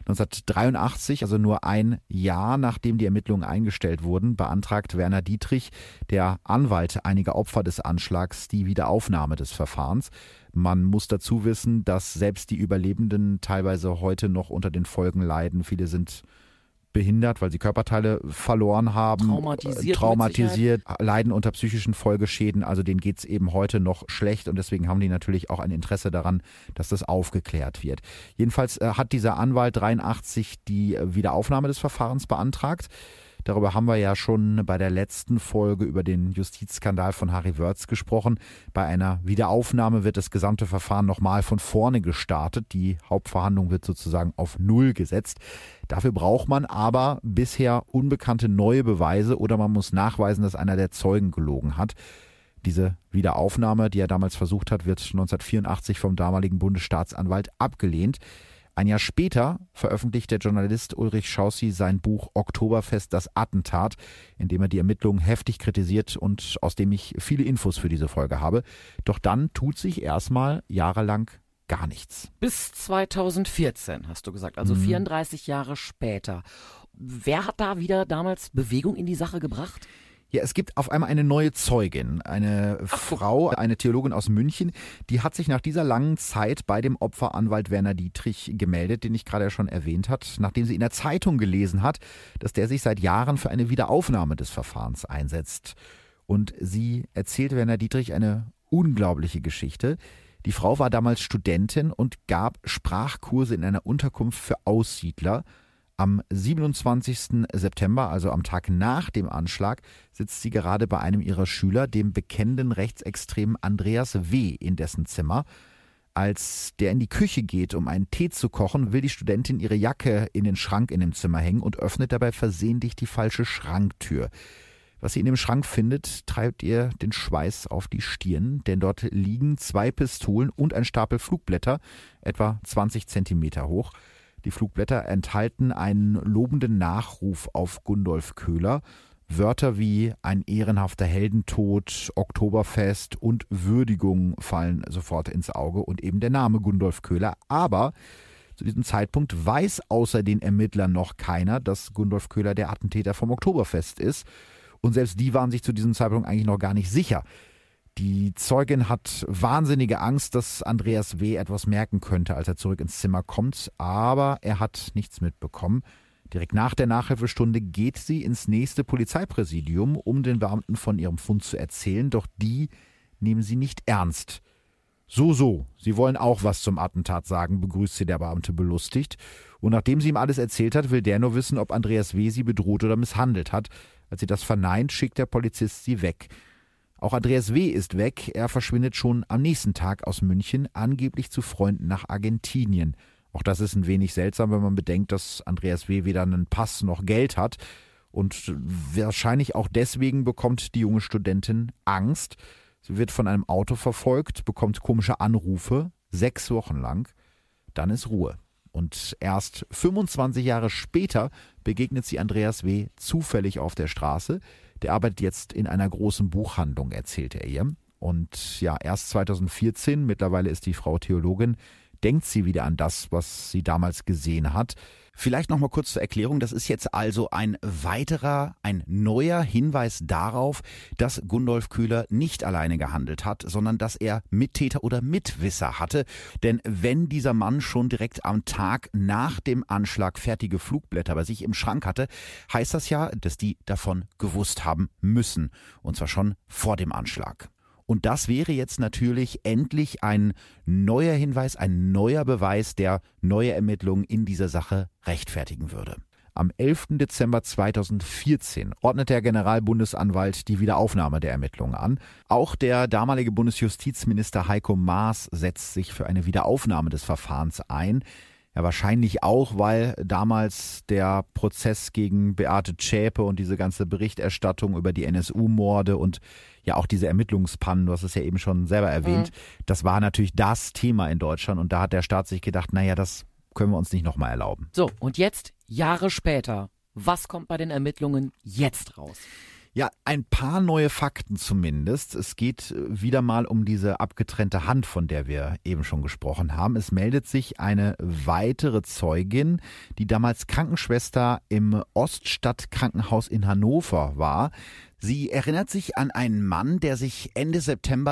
1983, also nur ein Jahr nachdem die Ermittlungen eingestellt wurden, beantragt Werner Dietrich, der Anwalt einiger Opfer des Anschlags, die Wiederaufnahme des Verfahrens. Man muss dazu wissen, dass selbst die Überlebenden teilweise heute noch unter den Folgen leiden. Viele sind behindert, weil sie Körperteile verloren haben, traumatisiert, leiden unter psychischen Folgeschäden. Also denen geht's eben heute noch schlecht und deswegen haben die natürlich auch ein Interesse daran, dass das aufgeklärt wird. Jedenfalls hat dieser Anwalt 83 die Wiederaufnahme des Verfahrens beantragt. Darüber haben wir ja schon bei der letzten Folge über den Justizskandal von Harry Wörth gesprochen. Bei einer Wiederaufnahme wird das gesamte Verfahren nochmal von vorne gestartet. Die Hauptverhandlung wird sozusagen auf Null gesetzt. Dafür braucht man aber bisher unbekannte neue Beweise oder man muss nachweisen, dass einer der Zeugen gelogen hat. Diese Wiederaufnahme, die er damals versucht hat, wird 1984 vom damaligen Bundesstaatsanwalt abgelehnt. Ein Jahr später veröffentlicht der Journalist Ulrich Schaussi sein Buch Oktoberfest, das Attentat, in dem er die Ermittlungen heftig kritisiert und aus dem ich viele Infos für diese Folge habe. Doch dann tut sich erstmal jahrelang gar nichts. Bis 2014, hast du gesagt, also 34 Jahre später. Wer hat da wieder damals Bewegung in die Sache gebracht? Ja, es gibt auf einmal eine neue Zeugin, eine Frau, eine Theologin aus München, die hat sich nach dieser langen Zeit bei dem Opferanwalt Werner Dietrich gemeldet, den ich gerade ja schon erwähnt habe, nachdem sie in der Zeitung gelesen hat, dass der sich seit Jahren für eine Wiederaufnahme des Verfahrens einsetzt. Und sie erzählt Werner Dietrich eine unglaubliche Geschichte. Die Frau war damals Studentin und gab Sprachkurse in einer Unterkunft für Aussiedler. Am 27. September, also am Tag nach dem Anschlag, sitzt sie gerade bei einem ihrer Schüler, dem bekennenden Rechtsextremen Andreas W., in dessen Zimmer. Als der in die Küche geht, um einen Tee zu kochen, will die Studentin ihre Jacke in den Schrank in dem Zimmer hängen und öffnet dabei versehentlich die falsche Schranktür. Was sie in dem Schrank findet, treibt ihr den Schweiß auf die Stirn, denn dort liegen 2 Pistolen und ein Stapel Flugblätter, etwa 20 Zentimeter hoch. Die Flugblätter enthalten einen lobenden Nachruf auf Gundolf Köhler. Wörter wie ein ehrenhafter Heldentod, Oktoberfest und Würdigung fallen sofort ins Auge und eben der Name Gundolf Köhler. Aber zu diesem Zeitpunkt weiß außer den Ermittlern noch keiner, dass Gundolf Köhler der Attentäter vom Oktoberfest ist. Und selbst die waren sich zu diesem Zeitpunkt eigentlich noch gar nicht sicher. Die Zeugin hat wahnsinnige Angst, dass Andreas W. etwas merken könnte, als er zurück ins Zimmer kommt, aber er hat nichts mitbekommen. Direkt nach der Nachhilfestunde geht sie ins nächste Polizeipräsidium, um den Beamten von ihrem Fund zu erzählen, doch die nehmen sie nicht ernst. So, Sie wollen auch was zum Attentat sagen, begrüßt sie der Beamte belustigt. Und nachdem sie ihm alles erzählt hat, will der nur wissen, ob Andreas W. sie bedroht oder misshandelt hat. Als sie das verneint, schickt der Polizist sie weg. Auch Andreas W. ist weg. Er verschwindet schon am nächsten Tag aus München, angeblich zu Freunden nach Argentinien. Auch das ist ein wenig seltsam, wenn man bedenkt, dass Andreas W. weder einen Pass noch Geld hat. Und wahrscheinlich auch deswegen bekommt die junge Studentin Angst. Sie wird von einem Auto verfolgt, bekommt komische Anrufe, 6 Wochen lang. Dann ist Ruhe. Und erst 25 Jahre später begegnet sie Andreas W. zufällig auf der Straße. Der arbeitet jetzt in einer großen Buchhandlung, erzählt er ihr. Und ja, erst 2014, mittlerweile ist die Frau Theologin, denkt sie wieder an das, was sie damals gesehen hat. Vielleicht noch mal kurz zur Erklärung. Das ist jetzt also ein neuer Hinweis darauf, dass Gundolf Köhler nicht alleine gehandelt hat, sondern dass er Mittäter oder Mitwisser hatte. Denn wenn dieser Mann schon direkt am Tag nach dem Anschlag fertige Flugblätter bei sich im Schrank hatte, heißt das ja, dass die davon gewusst haben müssen. Und zwar schon vor dem Anschlag. Und das wäre jetzt natürlich endlich ein neuer Hinweis, ein neuer Beweis, der neue Ermittlungen in dieser Sache rechtfertigen würde. Am 11. Dezember 2014 ordnet der Generalbundesanwalt die Wiederaufnahme der Ermittlungen an. Auch der damalige Bundesjustizminister Heiko Maas setzt sich für eine Wiederaufnahme des Verfahrens ein. Ja, wahrscheinlich auch, weil damals der Prozess gegen Beate Zschäpe und diese ganze Berichterstattung über die NSU-Morde und ja auch diese Ermittlungspannen, du hast es ja eben schon selber erwähnt, das war natürlich das Thema in Deutschland und da hat der Staat sich gedacht, naja, das können wir uns nicht nochmal erlauben. So, und jetzt, Jahre später, was kommt bei den Ermittlungen jetzt raus? Ja, ein paar neue Fakten zumindest. Es geht wieder mal um diese abgetrennte Hand, von der wir eben schon gesprochen haben. Es meldet sich eine weitere Zeugin, die damals Krankenschwester im Oststadtkrankenhaus in Hannover war. Sie erinnert sich an einen Mann, der sich Ende September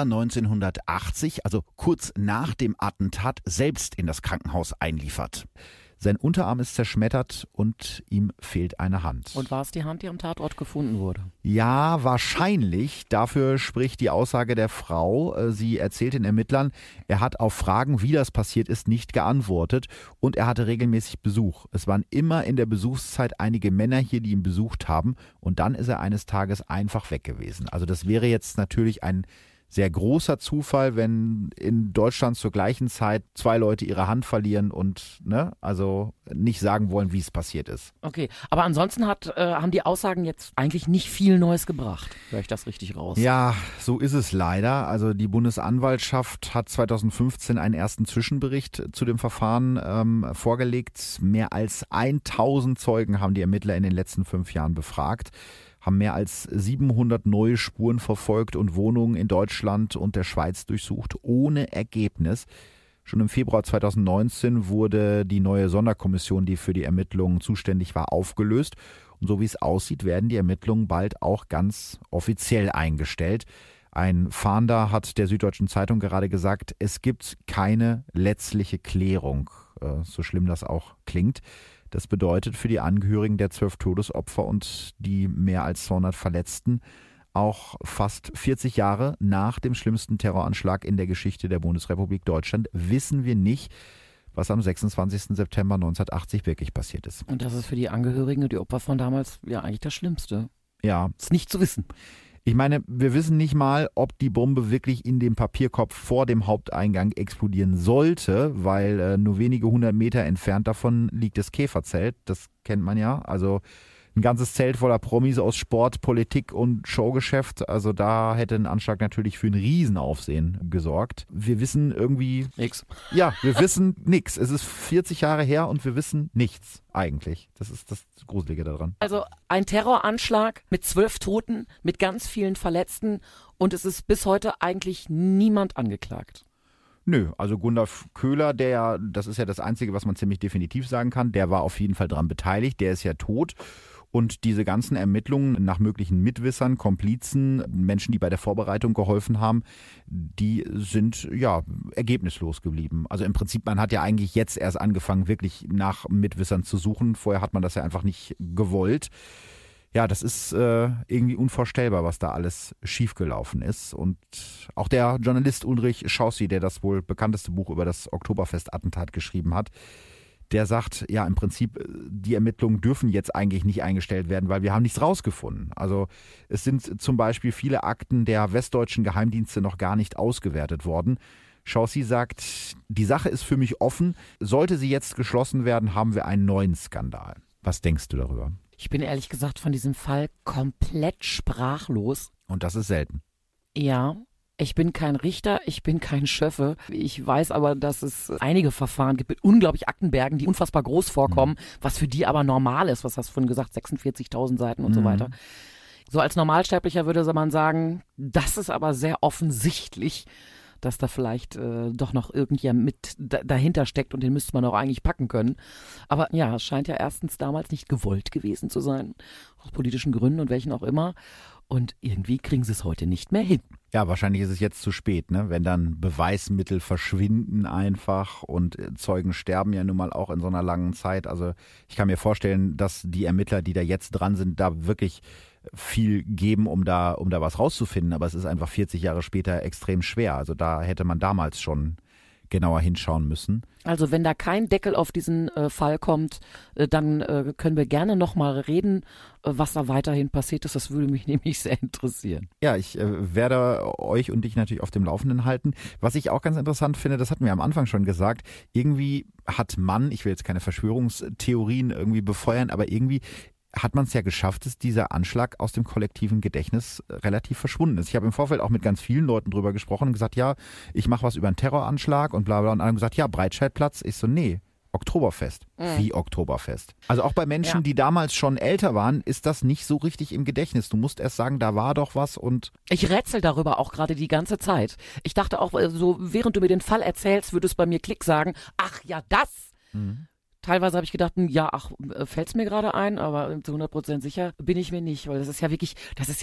1980, also kurz nach dem Attentat, selbst in das Krankenhaus einliefert. Sein Unterarm ist zerschmettert und ihm fehlt eine Hand. Und war es die Hand, die am Tatort gefunden wurde? Ja, wahrscheinlich. Dafür spricht die Aussage der Frau. Sie erzählt den Ermittlern, er hat auf Fragen, wie das passiert ist, nicht geantwortet und er hatte regelmäßig Besuch. Es waren immer in der Besuchszeit einige Männer hier, die ihn besucht haben und dann ist er eines Tages einfach weg gewesen. Also das wäre jetzt natürlich ein sehr großer Zufall, wenn in Deutschland zur gleichen Zeit 2 Leute ihre Hand verlieren und also nicht sagen wollen, wie es passiert ist. Okay, aber ansonsten haben die Aussagen jetzt eigentlich nicht viel Neues gebracht. Höre ich das richtig raus? Ja, so ist es leider. Also die Bundesanwaltschaft hat 2015 einen ersten Zwischenbericht zu dem Verfahren vorgelegt. Mehr als 1000 Zeugen haben die Ermittler in den letzten 5 Jahren befragt, haben mehr als 700 neue Spuren verfolgt und Wohnungen in Deutschland und der Schweiz durchsucht, ohne Ergebnis. Schon im Februar 2019 wurde die neue Sonderkommission, die für die Ermittlungen zuständig war, aufgelöst. Und so wie es aussieht, werden die Ermittlungen bald auch ganz offiziell eingestellt. Ein Fahnder hat der Süddeutschen Zeitung gerade gesagt, es gibt keine letztliche Klärung, so schlimm das auch klingt. Das bedeutet für die Angehörigen der 12 Todesopfer und die mehr als 200 Verletzten, auch fast 40 Jahre nach dem schlimmsten Terroranschlag in der Geschichte der Bundesrepublik Deutschland, wissen wir nicht, was am 26. September 1980 wirklich passiert ist. Und das ist für die Angehörigen und die Opfer von damals ja eigentlich das Schlimmste. Ja. Das ist nicht zu wissen. Ich meine, wir wissen nicht mal, ob die Bombe wirklich in dem Papierkorb vor dem Haupteingang explodieren sollte, weil nur wenige 100 Meter entfernt davon liegt das Käferzelt. Das kennt man ja. Also ein ganzes Zelt voller Promis aus Sport, Politik und Showgeschäft. Also da hätte ein Anschlag natürlich für ein Riesenaufsehen gesorgt. Wir wissen irgendwie nix. Ja, wir wissen nichts. Es ist 40 Jahre her und wir wissen nichts eigentlich. Das ist das Gruselige daran. Also ein Terroranschlag mit 12 Toten, mit ganz vielen Verletzten und es ist bis heute eigentlich niemand angeklagt. Nö, also Gundolf Köhler, das ist ja das Einzige, was man ziemlich definitiv sagen kann, der war auf jeden Fall daran beteiligt, der ist ja tot. Und diese ganzen Ermittlungen nach möglichen Mitwissern, Komplizen, Menschen, die bei der Vorbereitung geholfen haben, die sind ja ergebnislos geblieben. Also im Prinzip, man hat ja eigentlich jetzt erst angefangen, wirklich nach Mitwissern zu suchen. Vorher hat man das ja einfach nicht gewollt. Ja, das ist irgendwie unvorstellbar, was da alles schiefgelaufen ist. Und auch der Journalist Ulrich Schaussi, der das wohl bekannteste Buch über das Oktoberfest-Attentat geschrieben hat, der sagt, ja, im Prinzip, die Ermittlungen dürfen jetzt eigentlich nicht eingestellt werden, weil wir haben nichts rausgefunden. Also es sind zum Beispiel viele Akten der westdeutschen Geheimdienste noch gar nicht ausgewertet worden. Schaussi sagt, die Sache ist für mich offen. Sollte sie jetzt geschlossen werden, haben wir einen neuen Skandal. Was denkst du darüber? Ich bin ehrlich gesagt von diesem Fall komplett sprachlos. Und das ist selten. Ja. Ich bin kein Richter, ich bin kein Schöffe. Ich weiß aber, dass es einige Verfahren gibt mit unglaublich Aktenbergen, die unfassbar groß vorkommen, was für die aber normal ist. Was hast du vorhin gesagt? 46.000 Seiten und so weiter. So als Normalsterblicher würde man sagen, das ist aber sehr offensichtlich, dass da vielleicht doch noch irgendjemand mit dahinter steckt und den müsste man auch eigentlich packen können. Aber ja, es scheint ja erstens damals nicht gewollt gewesen zu sein, aus politischen Gründen und welchen auch immer. Und irgendwie kriegen sie es heute nicht mehr hin. Ja, wahrscheinlich ist es jetzt zu spät, ne? Wenn dann Beweismittel verschwinden einfach und Zeugen sterben ja nun mal auch in so einer langen Zeit. Also ich kann mir vorstellen, dass die Ermittler, die da jetzt dran sind, da wirklich viel geben, um da was rauszufinden. Aber es ist einfach 40 Jahre später extrem schwer. Also da hätte man damals schon genauer hinschauen müssen. Also wenn da kein Deckel auf diesen Fall kommt, dann können wir gerne nochmal reden, was da weiterhin passiert ist. Das würde mich nämlich sehr interessieren. Ja, ich werde euch und dich natürlich auf dem Laufenden halten. Was ich auch ganz interessant finde, das hatten wir am Anfang schon gesagt, irgendwie hat man, ich will jetzt keine Verschwörungstheorien irgendwie befeuern, aber irgendwie hat man es ja geschafft, dass dieser Anschlag aus dem kollektiven Gedächtnis relativ verschwunden ist. Ich habe im Vorfeld auch mit ganz vielen Leuten drüber gesprochen und gesagt, ja, ich mache was über einen Terroranschlag und bla bla. Und alle haben gesagt, ja, Breitscheidplatz. Ich so, nee, Oktoberfest. Wie Oktoberfest? Also auch bei Menschen, die damals schon älter waren, ist das nicht so richtig im Gedächtnis. Du musst erst sagen, da war doch was und... Ich rätsel darüber auch gerade die ganze Zeit. Ich dachte auch, so während du mir den Fall erzählst, würde es bei mir Klick sagen, ach ja, das... Teilweise habe ich gedacht, ja, fällt es mir gerade ein, aber zu 100% sicher bin ich mir nicht, weil das ist ja wirklich,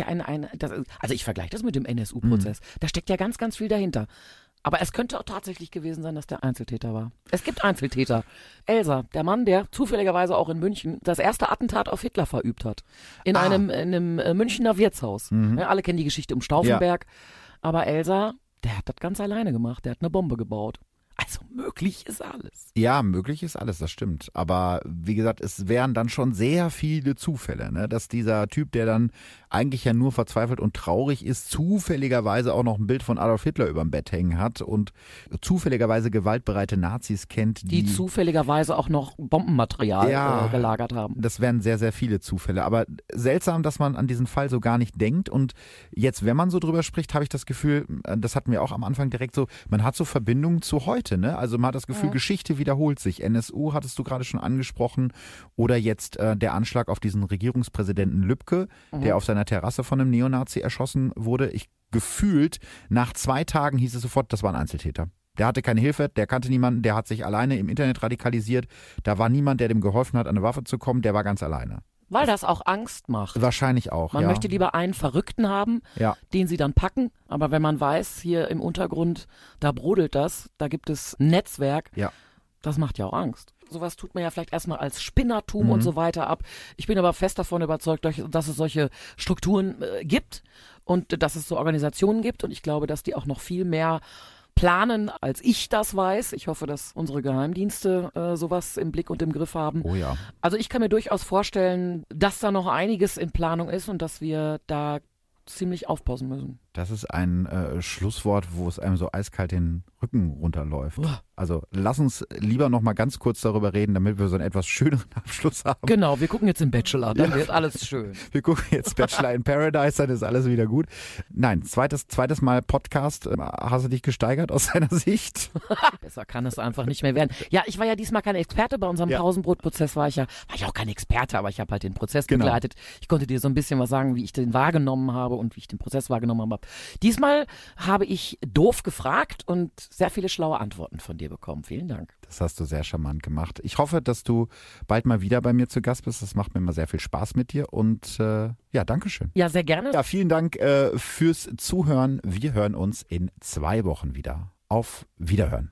also ich vergleiche das mit dem NSU-Prozess. Da steckt ja ganz, ganz viel dahinter. Aber es könnte auch tatsächlich gewesen sein, dass der Einzeltäter war. Es gibt Einzeltäter. Elsa, der Mann, der zufälligerweise auch in München das erste Attentat auf Hitler verübt hat. In einem Münchner Wirtshaus. Ja, alle kennen die Geschichte um Stauffenberg. Ja. Aber Elsa, der hat das ganz alleine gemacht. Der hat eine Bombe gebaut. Also möglich ist alles. Ja, möglich ist alles, das stimmt. Aber wie gesagt, es wären dann schon sehr viele Zufälle, ne? Dass dieser Typ, der dann eigentlich ja nur verzweifelt und traurig ist, zufälligerweise auch noch ein Bild von Adolf Hitler überm Bett hängen hat und zufälligerweise gewaltbereite Nazis kennt. Die zufälligerweise auch noch Bombenmaterial gelagert haben. Das wären sehr, sehr viele Zufälle. Aber seltsam, dass man an diesen Fall so gar nicht denkt. Und jetzt, wenn man so drüber spricht, habe ich das Gefühl, das hatten wir auch am Anfang direkt so, man hat so Verbindungen zu heute. Ne? Also man hat das Gefühl, Geschichte wiederholt sich. NSU hattest du gerade schon angesprochen oder jetzt der Anschlag auf diesen Regierungspräsidenten Lübcke, der auf seiner Terrasse von einem Neonazi erschossen wurde. Gefühlt, nach 2 Tagen hieß es sofort, das war ein Einzeltäter. Der hatte keine Hilfe, der kannte niemanden, der hat sich alleine im Internet radikalisiert. Da war niemand, der dem geholfen hat, an eine Waffe zu kommen, der war ganz alleine. Weil das auch Angst macht. Wahrscheinlich auch, Man möchte lieber einen Verrückten haben, den sie dann packen. Aber wenn man weiß, hier im Untergrund, da brodelt das, da gibt es ein Netzwerk, das macht ja auch Angst. Sowas tut man ja vielleicht erstmal als Spinnertum und so weiter ab. Ich bin aber fest davon überzeugt, dass es solche Strukturen gibt und dass es so Organisationen gibt. Und ich glaube, dass die auch noch viel mehr planen, als ich das weiß. Ich hoffe, dass unsere Geheimdienste sowas im Blick und im Griff haben. Oh ja. Also ich kann mir durchaus vorstellen, dass da noch einiges in Planung ist und dass wir da ziemlich aufpassen müssen. Das ist ein Schlusswort, wo es einem so eiskalt den Rücken runterläuft. Also lass uns lieber noch mal ganz kurz darüber reden, damit wir so einen etwas schöneren Abschluss haben. Genau, wir gucken jetzt den Bachelor, dann wird alles schön. Wir gucken jetzt Bachelor in Paradise, dann ist alles wieder gut. Nein, zweites Mal Podcast. Hast du dich gesteigert aus deiner Sicht? Besser kann es einfach nicht mehr werden. Ja, ich war ja diesmal kein Experte. Bei unserem Pausenbrot-Prozess war ich auch kein Experte, aber ich habe halt den Prozess begleitet. Ich konnte dir so ein bisschen was sagen, wie ich den wahrgenommen habe und wie ich den Prozess wahrgenommen habe. Diesmal habe ich doof gefragt und sehr viele schlaue Antworten von dir bekommen. Vielen Dank. Das hast du sehr charmant gemacht. Ich hoffe, dass du bald mal wieder bei mir zu Gast bist. Das macht mir immer sehr viel Spaß mit dir und Dankeschön. Ja, sehr gerne. Ja, vielen Dank fürs Zuhören. Wir hören uns in 2 Wochen wieder. Auf Wiederhören.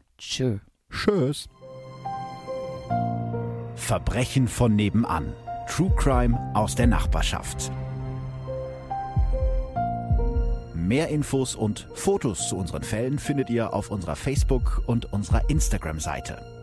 Tschüss. Verbrechen von nebenan. True Crime aus der Nachbarschaft. Mehr Infos und Fotos zu unseren Fällen findet ihr auf unserer Facebook- und unserer Instagram-Seite.